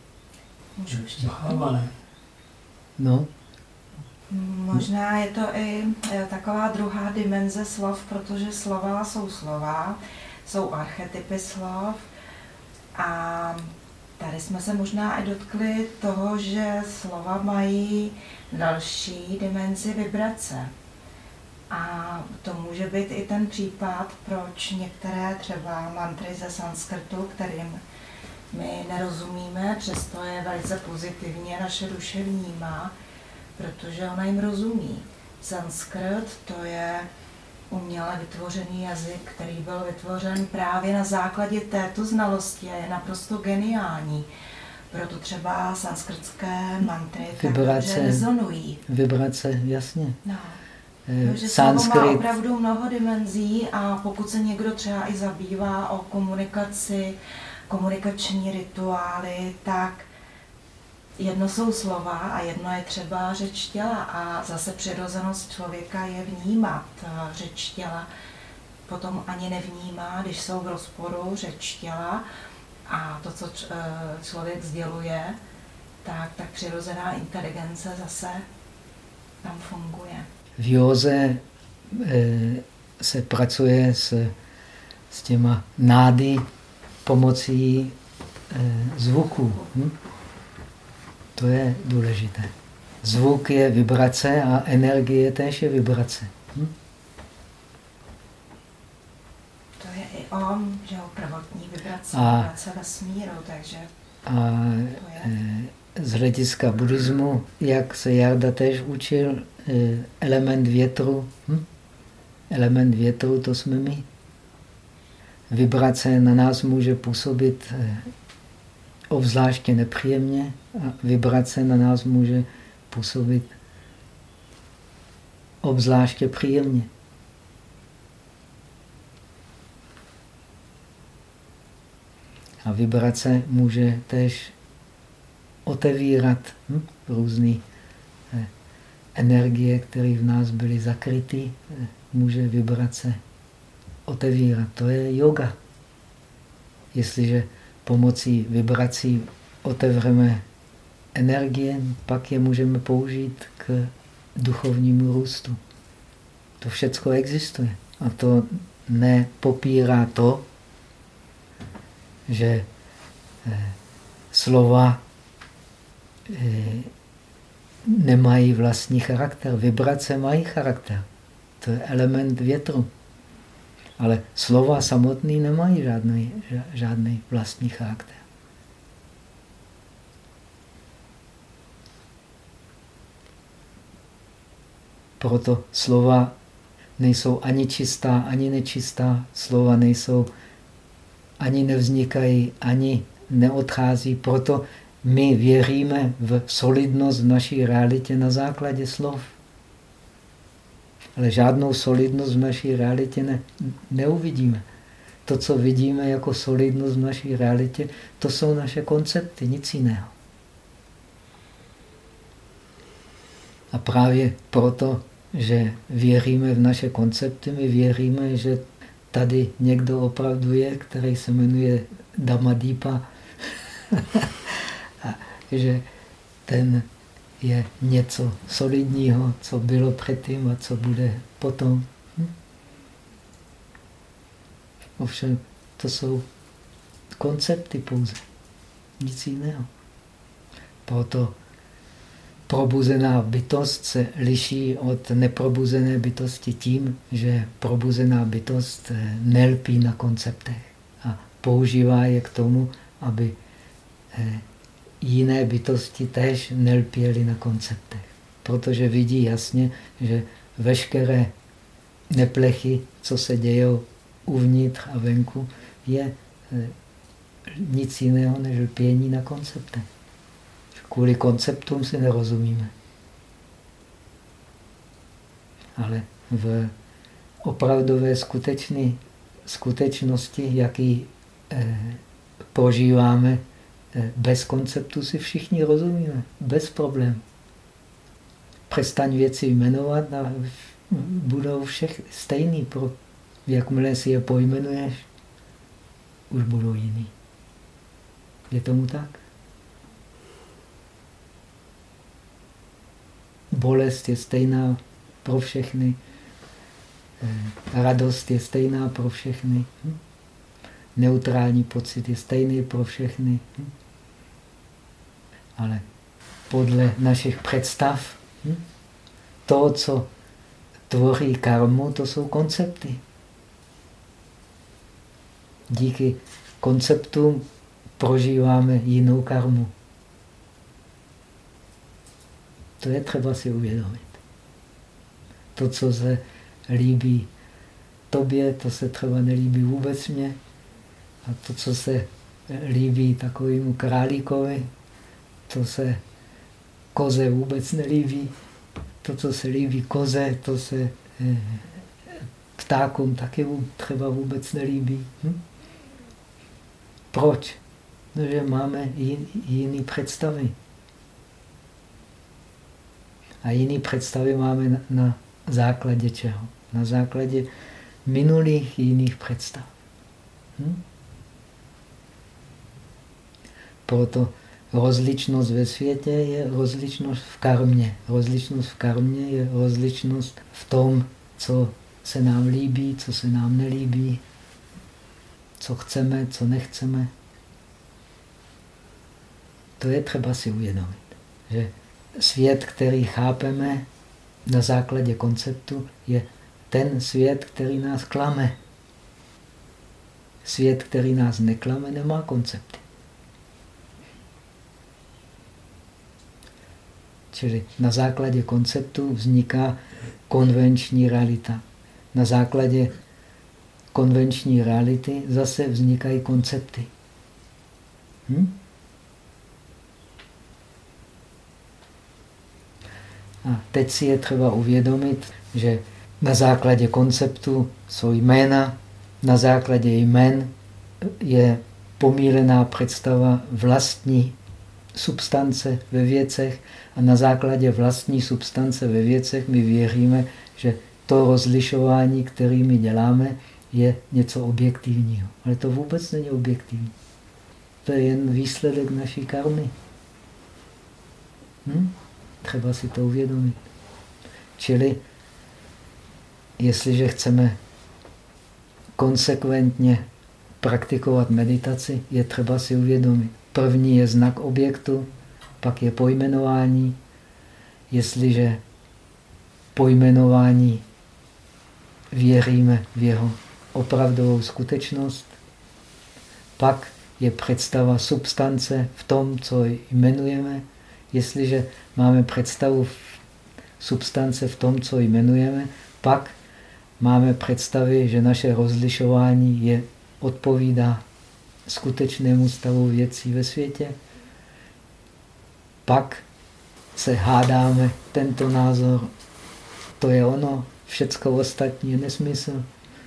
No. Možná je to i taková druhá dimenze slov, protože slova jsou slova, jsou archetypy slov a tady jsme se možná i dotkli toho, že slova mají další dimenzi vibrace. A to může být i ten případ, proč některé třeba mantry ze sanskrtu, kterým my nerozumíme, přesto je velice pozitivně naše duše vnímá, protože ona jim rozumí. Sanskrt to je uměle vytvořený jazyk, který byl vytvořen právě na základě této znalosti a je naprosto geniální. Proto třeba sanskrtské mantry tak dobře rezonují. Vibrace, jasně. No. Takže slovo má opravdu mnoho dimenzí a pokud se někdo třeba i zabývá o komunikaci, komunikační rituály, tak jedno jsou slova a jedno je třeba řeč těla a zase přirozenost člověka je vnímat řeč těla. Potom ani nevnímá, když jsou v rozporu řeč těla a to, co člověk sděluje, tak přirozená inteligence zase tam funguje. V józe se pracuje s těma nády pomocí zvuku. To je důležité. Zvuk je vibrace a energie též je vibrace. To je i že prvotní vibrace vesmíru, takže to je. Z hlediska buddhismu, jak se Jarda též učil, element větru. Element větru, to jsme my. Vibrace na nás může působit obzvláště nepříjemně a vibrace na nás může působit obzvláště příjemně. A vibrace může též otevírat různé energie, které v nás byly zakryty, může vibrace otevírat. To je yoga. Jestliže pomocí vibrací otevřeme energie, pak je můžeme použít k duchovnímu růstu. To všecko existuje. A to nepopírá to, že slova nemají vlastní charakter. Vibrace mají charakter. To je element větru. Ale slova samotný nemají žádný vlastní charakter. Proto slova nejsou ani čistá, ani nečistá. Slova nejsou, ani nevznikají, ani neodchází. Proto my věříme v solidnost v naší realitě na základě slov. Ale žádnou solidnost v naší realitě neuvidíme. To, co vidíme jako solidnost v naší realitě, to jsou naše koncepty, nic jiného. A právě proto, že věříme v naše koncepty, my věříme, že tady někdo opravdu je, který se jmenuje Dhammadīpa. A že ten je něco solidního, co bylo předtím a co bude potom. Ovšem, to jsou koncepty pouze, nic jiného. Proto probuzená bytost se liší od neprobuzené bytosti tím, že probuzená bytost nelpí na konceptech a používá je k tomu, aby jiné bytosti též nelpěly na konceptech. Protože vidí jasně, že veškeré neplechy, co se dějou uvnitř a venku, je nic jiného než lpění na konceptech. Kvůli konceptům si nerozumíme. Ale v opravdové skutečnosti, jaký prožíváme, bez konceptu si všichni rozumíme, bez problémů. Přestaň věci jmenovat a budou všech stejný. Jakmile si je pojmenuješ, už budou jiný. Je tomu tak? Bolest je stejná pro všechny. Radost je stejná pro všechny. Neutrální pocit je stejný pro všechny. Ale podle našich představ, to, co tvoří karmu, to jsou koncepty. Díky konceptům prožíváme jinou karmu. To je třeba si uvědomit. To, co se líbí tobě, to se třeba nelíbí vůbec mně. A to, co se líbí takovému králíkovi, to se koze vůbec nelíbí. To, co se líbí koze, to se ptákům taky třeba vůbec nelíbí. Proč? Protože máme jiné představy. A jiné představy máme na základě čeho? Na základě minulých jiných představ. Proto rozličnost ve světě je rozličnost v karmě. Rozličnost v karmě je rozličnost v tom, co se nám líbí, co se nám nelíbí, co chceme, co nechceme. To je třeba si uvědomit, že svět, který chápeme na základě konceptu, je ten svět, který nás klame. Svět, který nás neklame, nemá koncepty. Čili na základě konceptu vzniká konvenční realita. Na základě konvenční reality zase vznikají koncepty. A teď si je třeba uvědomit, že na základě konceptu jsou jména, na základě jmén je pomílená představa vlastní substance ve věcech a na základě vlastní substance ve věcech my věříme, že to rozlišování, které my děláme, je něco objektivního. Ale to vůbec není objektivní. To je jen výsledek naší karmy. Třeba si to uvědomit. Čili, jestliže chceme konsekventně praktikovat meditaci, je třeba si uvědomit. První je znak objektu, pak je pojmenování. Jestliže pojmenování věříme v jeho opravdovou skutečnost, pak je představa substance v tom, co jmenujeme. Jestliže máme představu substance v tom, co jmenujeme, pak máme představy, že naše rozlišování odpovídá skutečnému stavu věcí ve světě. Pak se hádáme, tento názor, to je ono, všecko ostatní je nesmysl.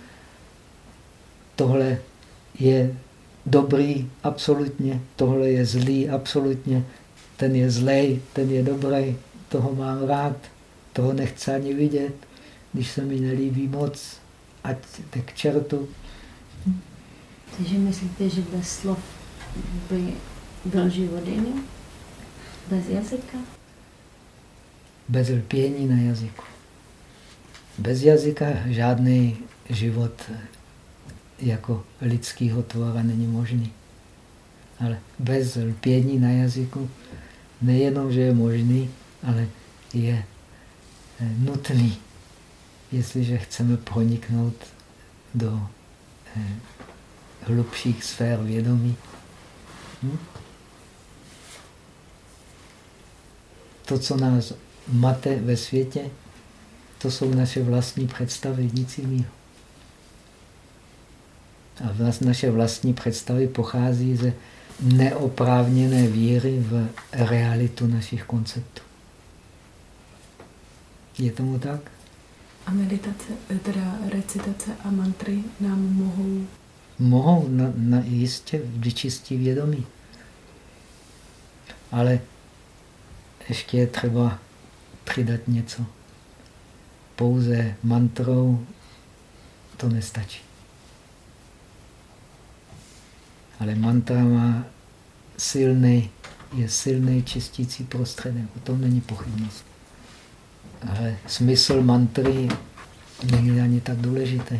Tohle je dobrý absolutně, tohle je zlý absolutně, ten je zlej, ten je dobrý, toho mám rád, toho nechci ani vidět, když se mi nelíbí moc, ať jde k čertu. Takže myslíte, že bez slov by byl život jiný? Bez jazyka? Bez lpění na jazyku. Bez jazyka žádný život jako lidského tvora není možný. Ale bez lpění na jazyku nejenom, že je možný, ale je nutný, jestliže chceme proniknout do hlubších sfér vědomí. To, co nás mate ve světě, to jsou naše vlastní představy, nic jiného. A naše vlastní představy pochází ze neoprávněné víry v realitu našich konceptů. Je tomu tak? A meditace, teda recitace a mantry nám mohou... Mohou jistě vyčistit vědomí. Ale ještě je třeba přidat něco. Pouze mantrou to nestačí. Ale mantra má je silný čistící prostředek. O tom není pochybnost. Ale smysl mantry není ani tak důležitý.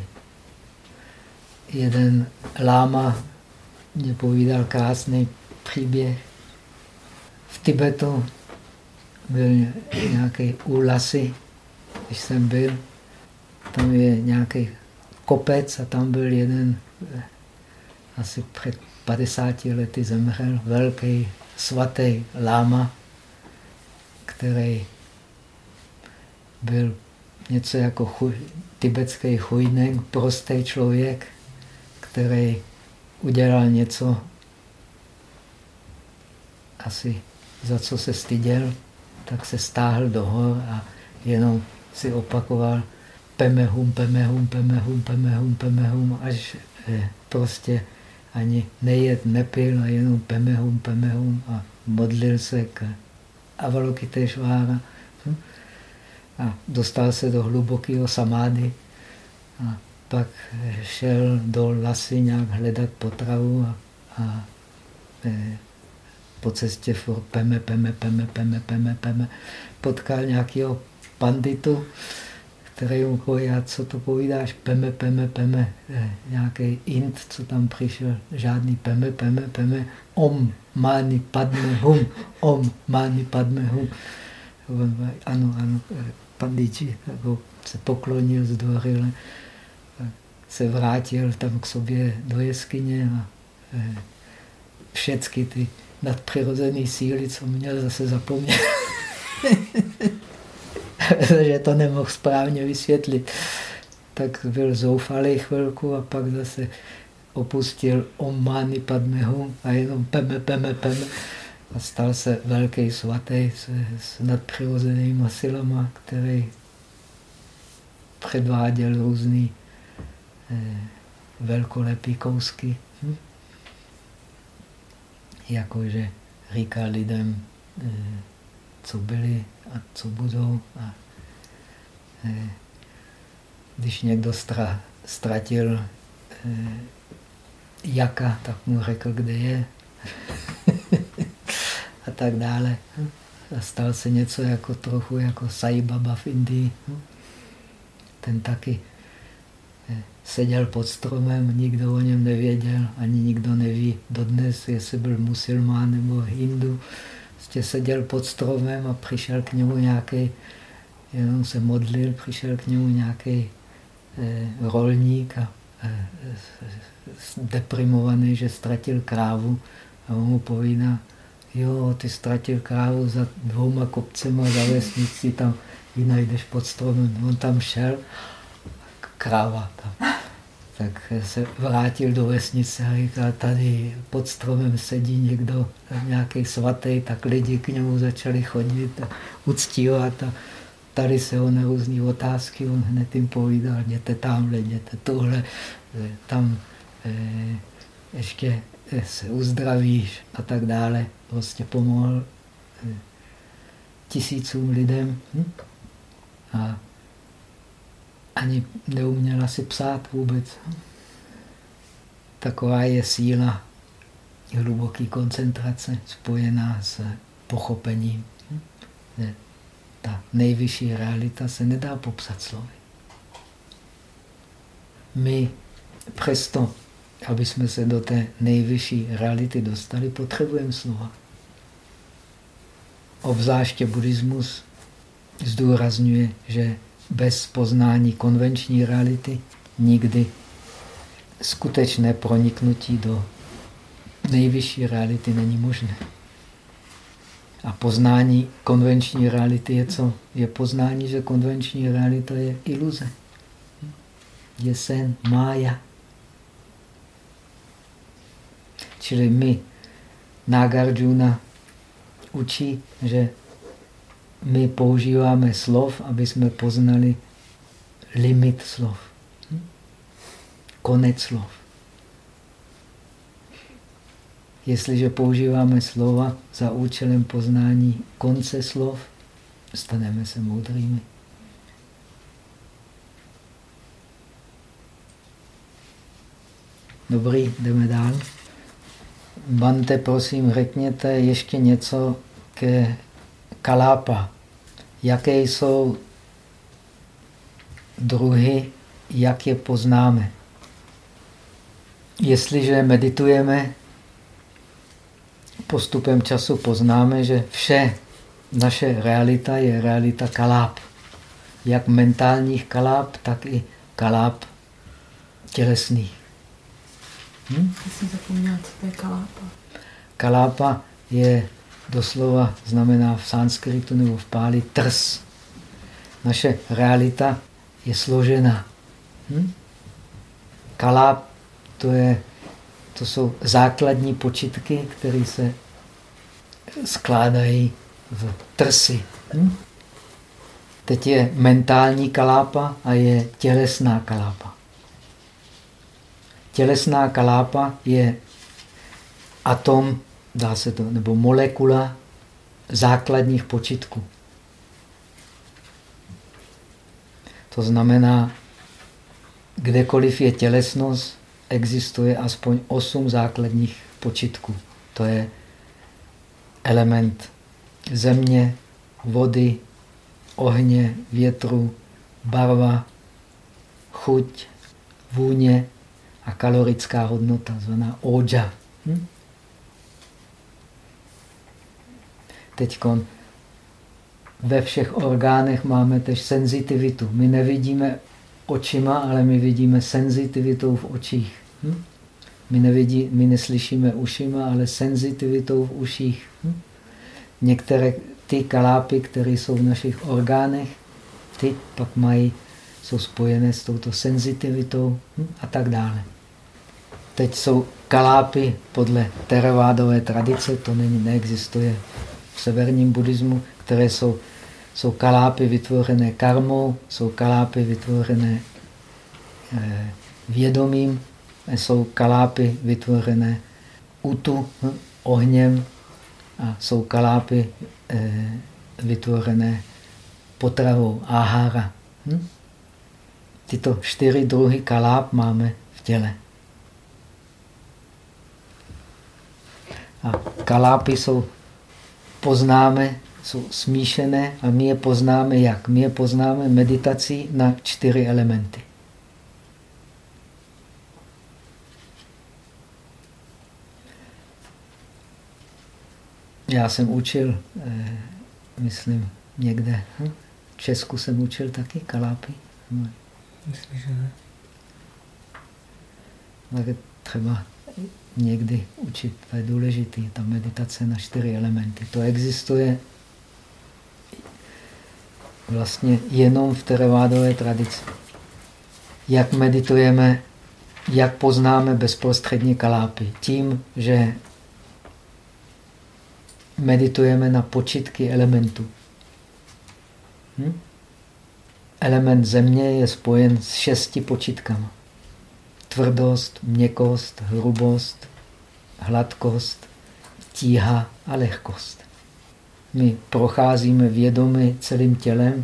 Jeden láma mě povídal krásný příběh. v Tibetu byl nějaký u Lhasy, když jsem byl, tam je nějaký kopec a tam byl jeden, asi před 50 lety zemřel, velký svatý láma, který byl něco jako tibetský chujnek, prostý člověk, který udělal něco, asi za co se styděl, tak se stáhl do hor a jenom si opakoval pemehum, pemehum, pemehum, pemehum, pemehum, až prostě ani nejet, nepil a jenom pemehum, pemehum a modlil se k Avalokiteshvára a dostal se do hlubokého samády a pak šel do Lhasy nějak hledat potravu a po cestě furt peme, peme, peme, peme, peme, peme. Potkal nějakého panditu, který mu povídá, co to povídáš, peme, peme, peme. Nějaký Ind, co tam přišel, žádný peme, peme, peme. Om, mani, padme, hum. Om, mani, padme, hum. Ano, ano, panditi se poklonil zdvořile, se vrátil tam k sobě do jeskyně a všechny ty nadpřirozené síly, co měl, zase zapomněl. Že to nemohl správně vysvětlit. Tak byl zoufalý chvilku a pak zase opustil Om Mani Padme Hum a jenom peme, peme, peme. A stal se velký svatý s nadpřirozenýma silama, který předváděl různý velkolepý kousky. Jakože říká lidem, co byli a co budou. A když někdo ztratil jaka, tak mu řekl, kde je. A tak dále. A stal se něco jako trochu jako Sai Baba v Indii. Ten taky seděl pod stromem, nikdo o něm nevěděl, ani nikdo neví dodnes, jestli byl musulmán nebo hindu. Prostě seděl pod stromem a přišel k němu nějaký, jenom se modlil, přišel k němu nějaký rolník a deprimovaný, že ztratil krávu a on mu povídá, jo, ty ztratil krávu za 2 kopcema za vesnici, tam ji najdeš pod stromem. On tam šel, kráva tam. Tak se vrátil do vesnice a říkal, tady pod stromem sedí někdo, nějaký svatý, tak lidi k němu začali chodit a uctívat a tady se ho na různé otázky, on hned jim povídal, jděte tamhle, jděte tohle, tam ještě se uzdravíš a tak dále. Prostě pomohl tisícům lidem a ani neuměl asi psát vůbec. Taková je síla hluboké koncentrace spojená s pochopením. Ta nejvyšší realita se nedá popsat slovy. My přesto, aby jsme se do té nejvyšší reality dostali, potřebujeme slova. Obzvláště buddhismus zdůrazňuje, že bez poznání konvenční reality nikdy skutečné proniknutí do nejvyšší reality není možné. A poznání konvenční reality je co? Je poznání, že konvenční realita je iluze. Je sen, mája. Čili my, Nagarjuna, učí, že my používáme slov, aby jsme poznali limit slov. Konec slov. Jestliže používáme slova za účelem poznání konce slov, staneme se moudrými. Dobrý, jdeme dál. Bante, prosím, řekněte ještě něco ke kalápa. Jaké jsou druhy, jak je poznáme? Jestliže meditujeme, postupem času poznáme, že vše naše realita je realita kaláp. Jak mentálních kaláp, tak i kaláp tělesných. Já jsem zapomněla, co to je kalápa. Kalápa je doslova, znamená v sanskritu nebo v páli trs. Naše realita je složená. Kaláp to jsou základní počitky, které se skládají v trsy. Teď je mentální kalápa a je tělesná kalápa. Tělesná kalápa je atom, dá se to, nebo molekula základních počitků. To znamená, kdekoliv je tělesnost, existuje aspoň 8 základních počitků. To je element země, vody, ohně, větru, barva, chuť, vůně a kalorická hodnota, zvaná oja. Teď ve všech orgánech máme tež senzitivitu. My nevidíme očima, ale my vidíme senzitivitou v očích. My neslyšíme ušima, ale senzitivitou v uších. Některé ty kalápy, které jsou v našich orgánech, ty pak jsou spojené s touto senzitivitou a tak dále. Teď jsou kalápy podle teravádové tradice, to neexistuje v severním buddhismu, které jsou kalápy vytvořené karmou, jsou kalápy vytvořené vědomím, jsou kalápy vytvořené utu, ohněm, a jsou kalápy vytvořené potravou, áhára. Tyto 4 druhy kaláp máme v těle. A kalápy poznáme, jsou smíšené a my je poznáme jak? My je poznáme meditací na 4 elementy. Já jsem učil, myslím, někde, v Česku jsem učil taky kalápy. Myslím, že ne. Tak třeba někdy učit, to je důležité, ta meditace na 4 elementy. To existuje vlastně jenom v teravádové tradici. Jak meditujeme, jak poznáme bezprostředně kalápy? Tím, že meditujeme na počitky elementů. Element země je spojen s 6 počitkama. Tvrdost, měkkost, hrubost, hladkost, tíha a lehkost. My procházíme vědomi celým tělem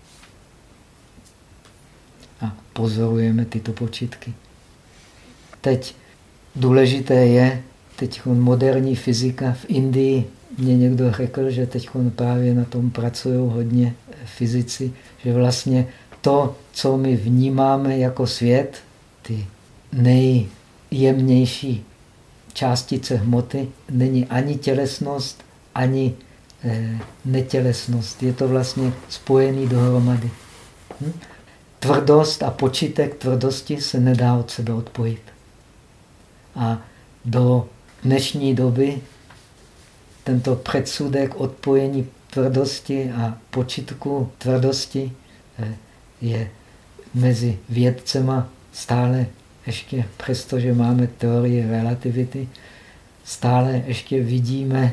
a pozorujeme tyto počitky. Teď důležité je, teď moderní fyzika v Indii, mě někdo řekl, že teď právě na tom pracují hodně fyzici, že vlastně to, co my vnímáme jako svět, ty nejjemnější částice hmoty, není ani tělesnost, ani netělesnost. Je to vlastně spojený dohromady. Tvrdost a počítek tvrdosti se nedá od sebe odpojit. A do dnešní doby tento předsudek odpojení tvrdosti a počitku tvrdosti je mezi vědcema stále ještě, přestože máme teorii relativity, stále ještě vidíme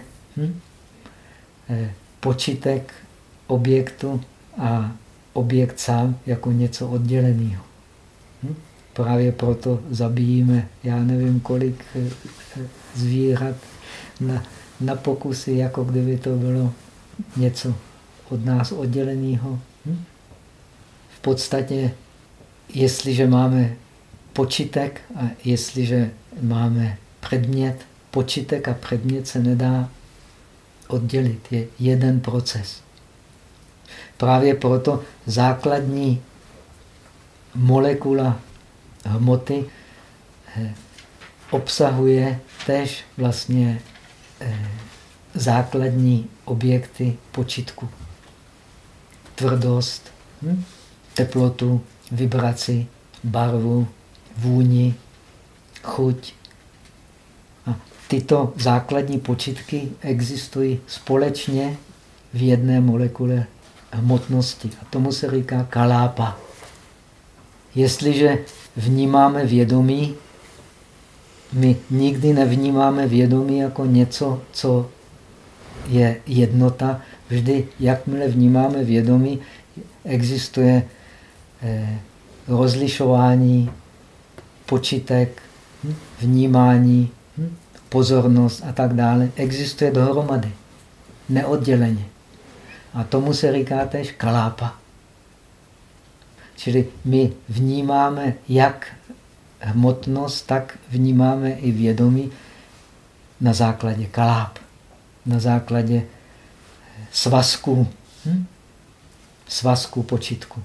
počítek objektu a objekt sám jako něco odděleného. Právě proto zabíjíme, já nevím kolik zvířat na pokusy, jako kdyby to bylo něco od nás odděleného. V podstatě, jestliže máme počítek a jestliže máme předmět, počítek a předmět se nedá oddělit. Je jeden proces. Právě proto základní molekula hmoty obsahuje též vlastně základní objekty počitku. Tvrdost, teplotu, vibraci, barvu, vůni, chuť. A tyto základní počitky existují společně v jedné molekule hmotnosti. A tomu se říká kalápa. Jestliže vnímáme vědomí, my nikdy nevnímáme vědomí jako něco, co je jednota. Vždy, jakmile vnímáme vědomí, existuje rozlišování, počítek, vnímání, pozornost a tak dále. Existuje dohromady, neodděleně. A tomu se říká též kalápa. Čili my vnímáme jak hmotnost, tak vnímáme i vědomí na základě kaláp, na základě svazků, svazků počitku.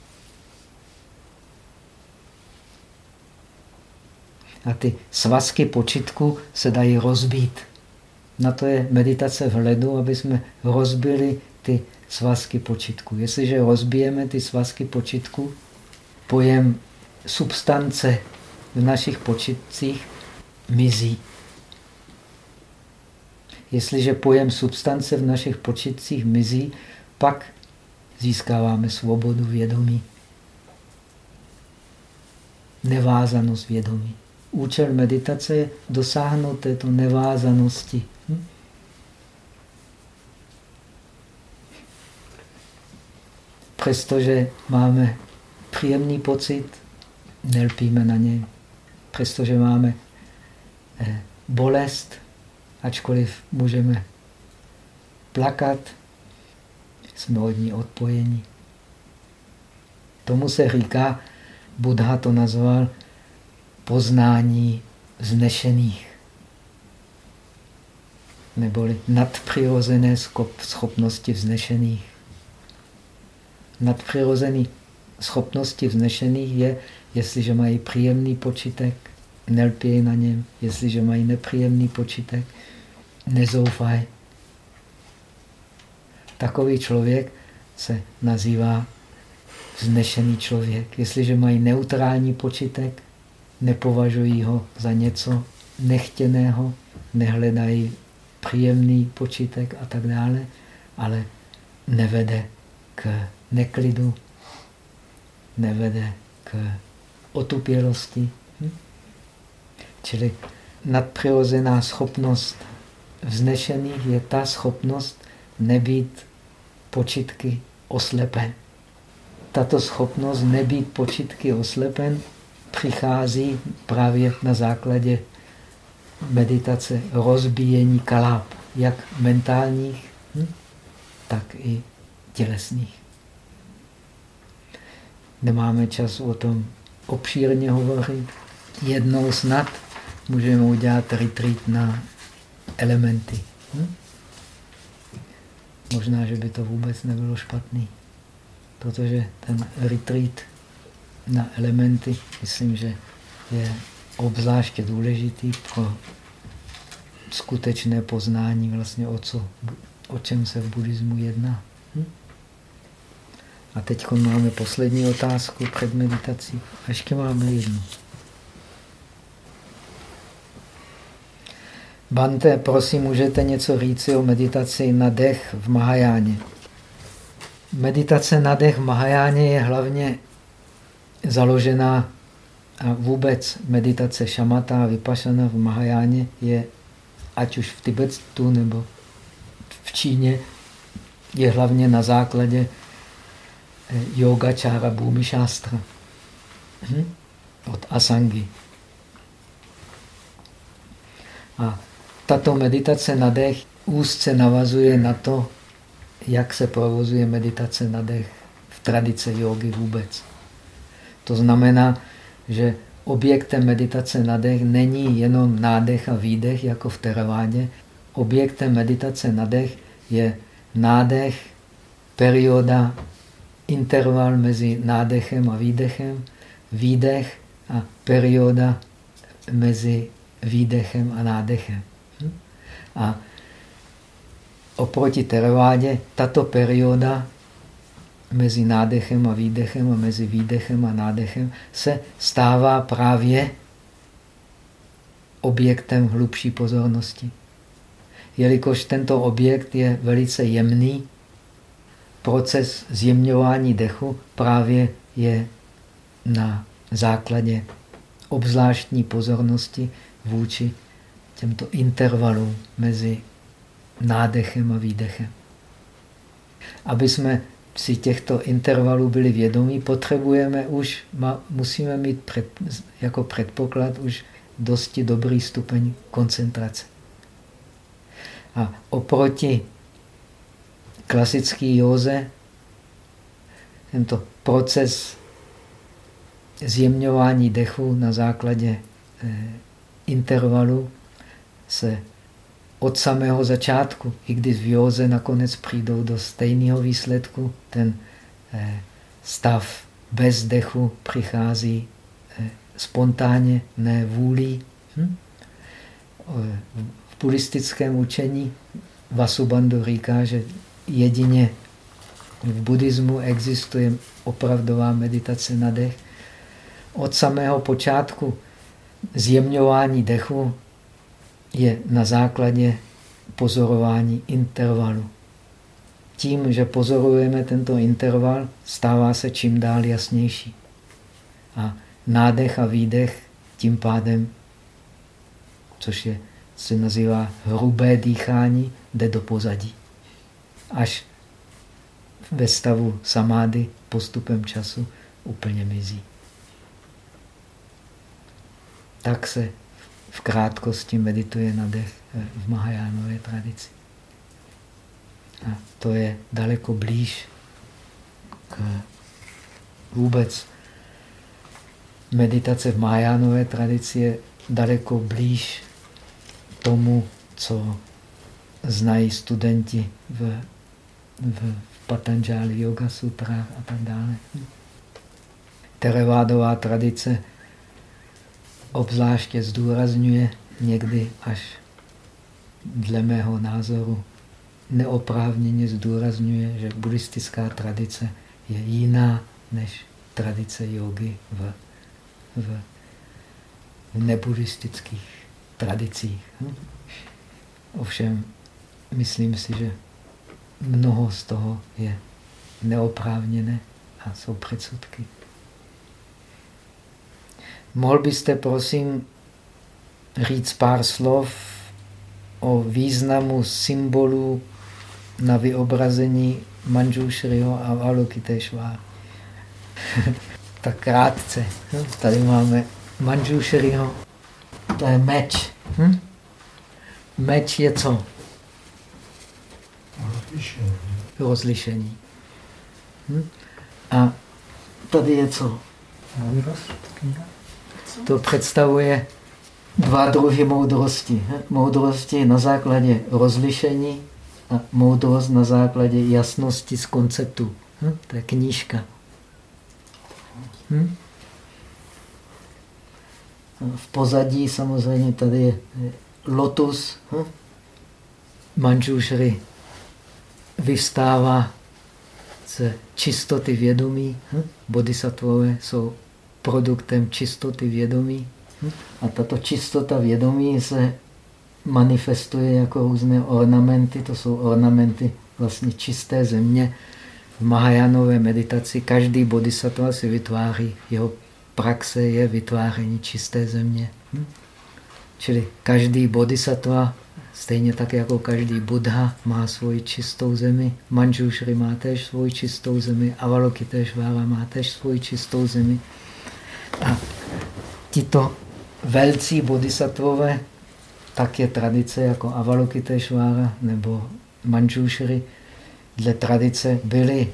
A ty svazky počitku se dají rozbít. Na to je meditace vhledu, aby jsme rozbili ty svazky počitku. Jestliže rozbijeme ty svazky počitku, pojem substance v našich počitcích mizí. Jestliže pojem substance v našich počitcích mizí, pak získáváme svobodu vědomí. Nevázanost vědomí. Účel meditace je dosáhnout této nevázanosti. Přestože máme příjemný pocit, nelpíme na něj. Přestože máme bolest, ačkoliv můžeme plakat, jsme od ní odpojení. Tomu se říká, Buddha to nazval poznání vznešených, neboli nadpřirozené schopnosti vznešených. Nadpřirozené schopnosti vznešených je, jestliže mají příjemný počítek, nelpějí na něm, jestliže mají nepříjemný počítek, nezoufají. Takový člověk se nazývá vznešený člověk. Jestliže mají neutrální počítek, nepovažují ho za něco nechtěného, nehledají příjemný počítek a tak dále, ale nevede k neklidu, nevede k otupělosti. Čili nadpřirozená schopnost vznešených je ta schopnost nebýt počitky oslepen. Tato schopnost nebýt počitky oslepen přichází právě na základě meditace rozbíjení kaláp, jak mentálních, tak i tělesných. Nemáme čas o tom obšírně hovořit. Jednou snad můžeme udělat retreat na elementy. Možná, že by to vůbec nebylo špatný, protože ten retreat na elementy, myslím, že je obzvláště důležitý pro skutečné poznání vlastně o čem se v buddhismu jedná. A teď máme poslední otázku před meditací. A ještě máme jednu. Bhante, prosím, můžete něco říci o meditaci na dech v Mahajáně? Meditace na dech v Mahajáně je hlavně založená, a vůbec meditace šamata a vipassana v Mahajáně je, ať už v Tibetu nebo v Číně, je hlavně na základě yogačára bhumi šástra od Asangi. A tato meditace na dech úzce navazuje na to, jak se provozuje meditace na dech v tradice jógy vůbec. To znamená, že objektem meditace na dech není jenom nádech a výdech, jako v Theravádě. Objektem meditace na dech je nádech, perioda, interval mezi nádechem a výdechem, výdech a perioda mezi výdechem a nádechem. A oproti teravádě tato perioda mezi nádechem a výdechem a mezi výdechem a nádechem se stává právě objektem hlubší pozornosti. Jelikož tento objekt je velice jemný, proces zjemňování dechu právě je na základě obzvláštní pozornosti vůči těmto intervalům mezi nádechem a výdechem. Aby jsme si těchto intervalů byli vědomí, musíme mít jako předpoklad už dosti dobrý stupeň koncentrace. A oproti klasické józe tento proces zjemňování dechu na základě intervalu se od samého začátku, i když v józe nakonec přijdou do stejného výsledku, ten stav bez dechu přichází spontánně, ne vůlí. V buddhistickém učení Vasubandhu říká, že jedině v buddhismu existuje opravdová meditace na dech. Od samého počátku zjemňování dechu je na základě pozorování intervalu. Tím, že pozorujeme tento interval, stává se čím dál jasnější. A nádech a výdech tím pádem, což se nazývá hrubé dýchání, jde do pozadí. Až ve stavu samády postupem času úplně mizí. Tak se v krátkosti medituje na dech v Mahajánové tradici. A to je daleko blíž k vůbec meditace v Mahajánové tradici je daleko blíž tomu, co znají studenti v Patanjali Yoga Sutrách a tak dále. Theravádová tradice obzvláště zdůrazňuje, někdy až dle mého názoru neoprávněně zdůrazňuje, že buddhistická tradice je jiná než tradice jógy v nebuddhistických tradicích. Ovšem, myslím si, že mnoho z toho je neoprávněné a jsou předsudky. Mohl byste, prosím, říct pár slov o významu symbolů na vyobrazení Manjushriho a Avalokiteshvara? Tak krátce. Tady máme Manjushriho. To je meč. Meč je co? Rozlišení. A tady je co? To představuje dva druhy moudrosti. Moudrosti na základě rozlišení a moudrost na základě jasnosti z konceptu. To je knížka. V pozadí samozřejmě tady je lotus. Manjushri vyvstává z čistoty vědomí. Bodhisattvové jsou produktem čistoty vědomí. A tato čistota vědomí se manifestuje jako různé ornamenty. To jsou ornamenty vlastně čisté země. V Mahajánové meditaci každý bodhisattva si vytváří, jeho praxe je vytváření čisté země. Čili každý bodhisattva, stejně tak jako každý Buddha, má svoji čistou zemi. Manjushri má též svoji čistou zemi. Avalokiteshvara má též svoji čistou zemi. A tito velcí bodhisattvové, tak je tradice jako Avalokiteshvara nebo Manjushri, dle tradice byli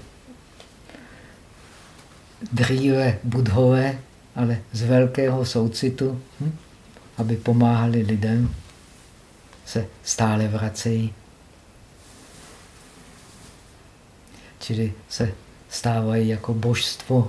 dříve buddhové, ale z velkého soucitu, aby pomáhali lidem, se stále vracejí. Čili se stávají jako božstvo.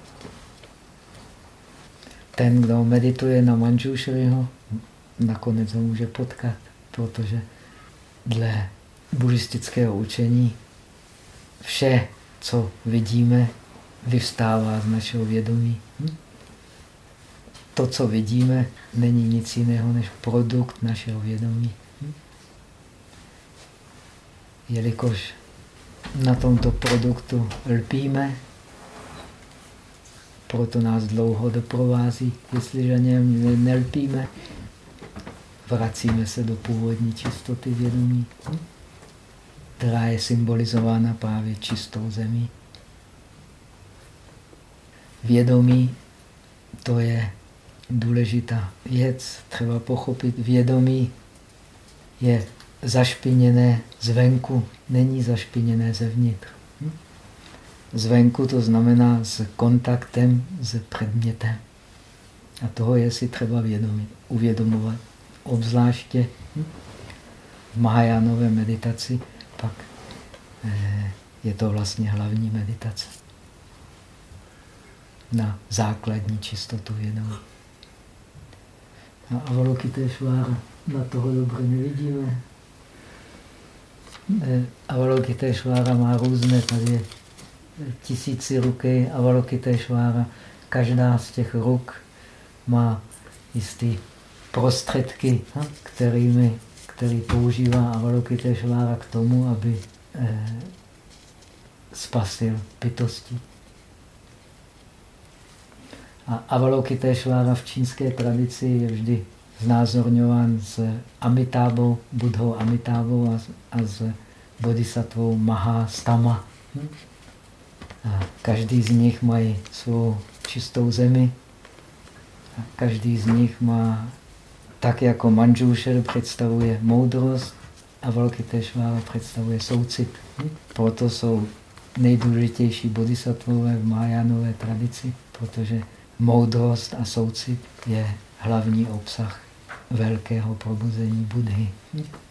Ten, kdo medituje na Manjushriho, nakonec ho může potkat, protože dle buddhistického učení vše, co vidíme, vyvstává z našeho vědomí. To, co vidíme, není nic jiného než produkt našeho vědomí. Jelikož na tomto produktu lpíme, proto nás dlouho doprovází. Jestliže něm nelpíme, vracíme se do původní čistoty vědomí, která je symbolizována právě čistou zemí. Vědomí, to je důležitá věc, třeba pochopit. Vědomí je zašpiněné zvenku, není zašpiněné zevnitř. Zvenku to znamená s kontaktem s předmětem. A toho je si třeba uvědomovat. Obzvláště v Mahajánové meditaci pak je to vlastně hlavní meditace na základní čistotu vědomí. A Avalokiteshvára, na toho dobře nevidíme. Avalokiteshvára má různé, tady je 1000 ruky Avalokiteshvára. Každá z těch ruk má jistý prostředky, který používá Avalokiteshvára k tomu, aby spasil bytosti. A Avalokiteshvára v čínské tradici je vždy znázorňován s Amitábou, Buddhou Amitábou a s bodhisattvou Mahastama. A každý z nich mají svou čistou zemi. A každý z nich má, tak jako Manjushra představuje moudrost, Avalokiteshvára představuje soucit. Proto jsou nejdůležitější bodhisattvové v Mahajánové tradici, protože moudrost a soucit je hlavní obsah velkého probuzení Buddhy.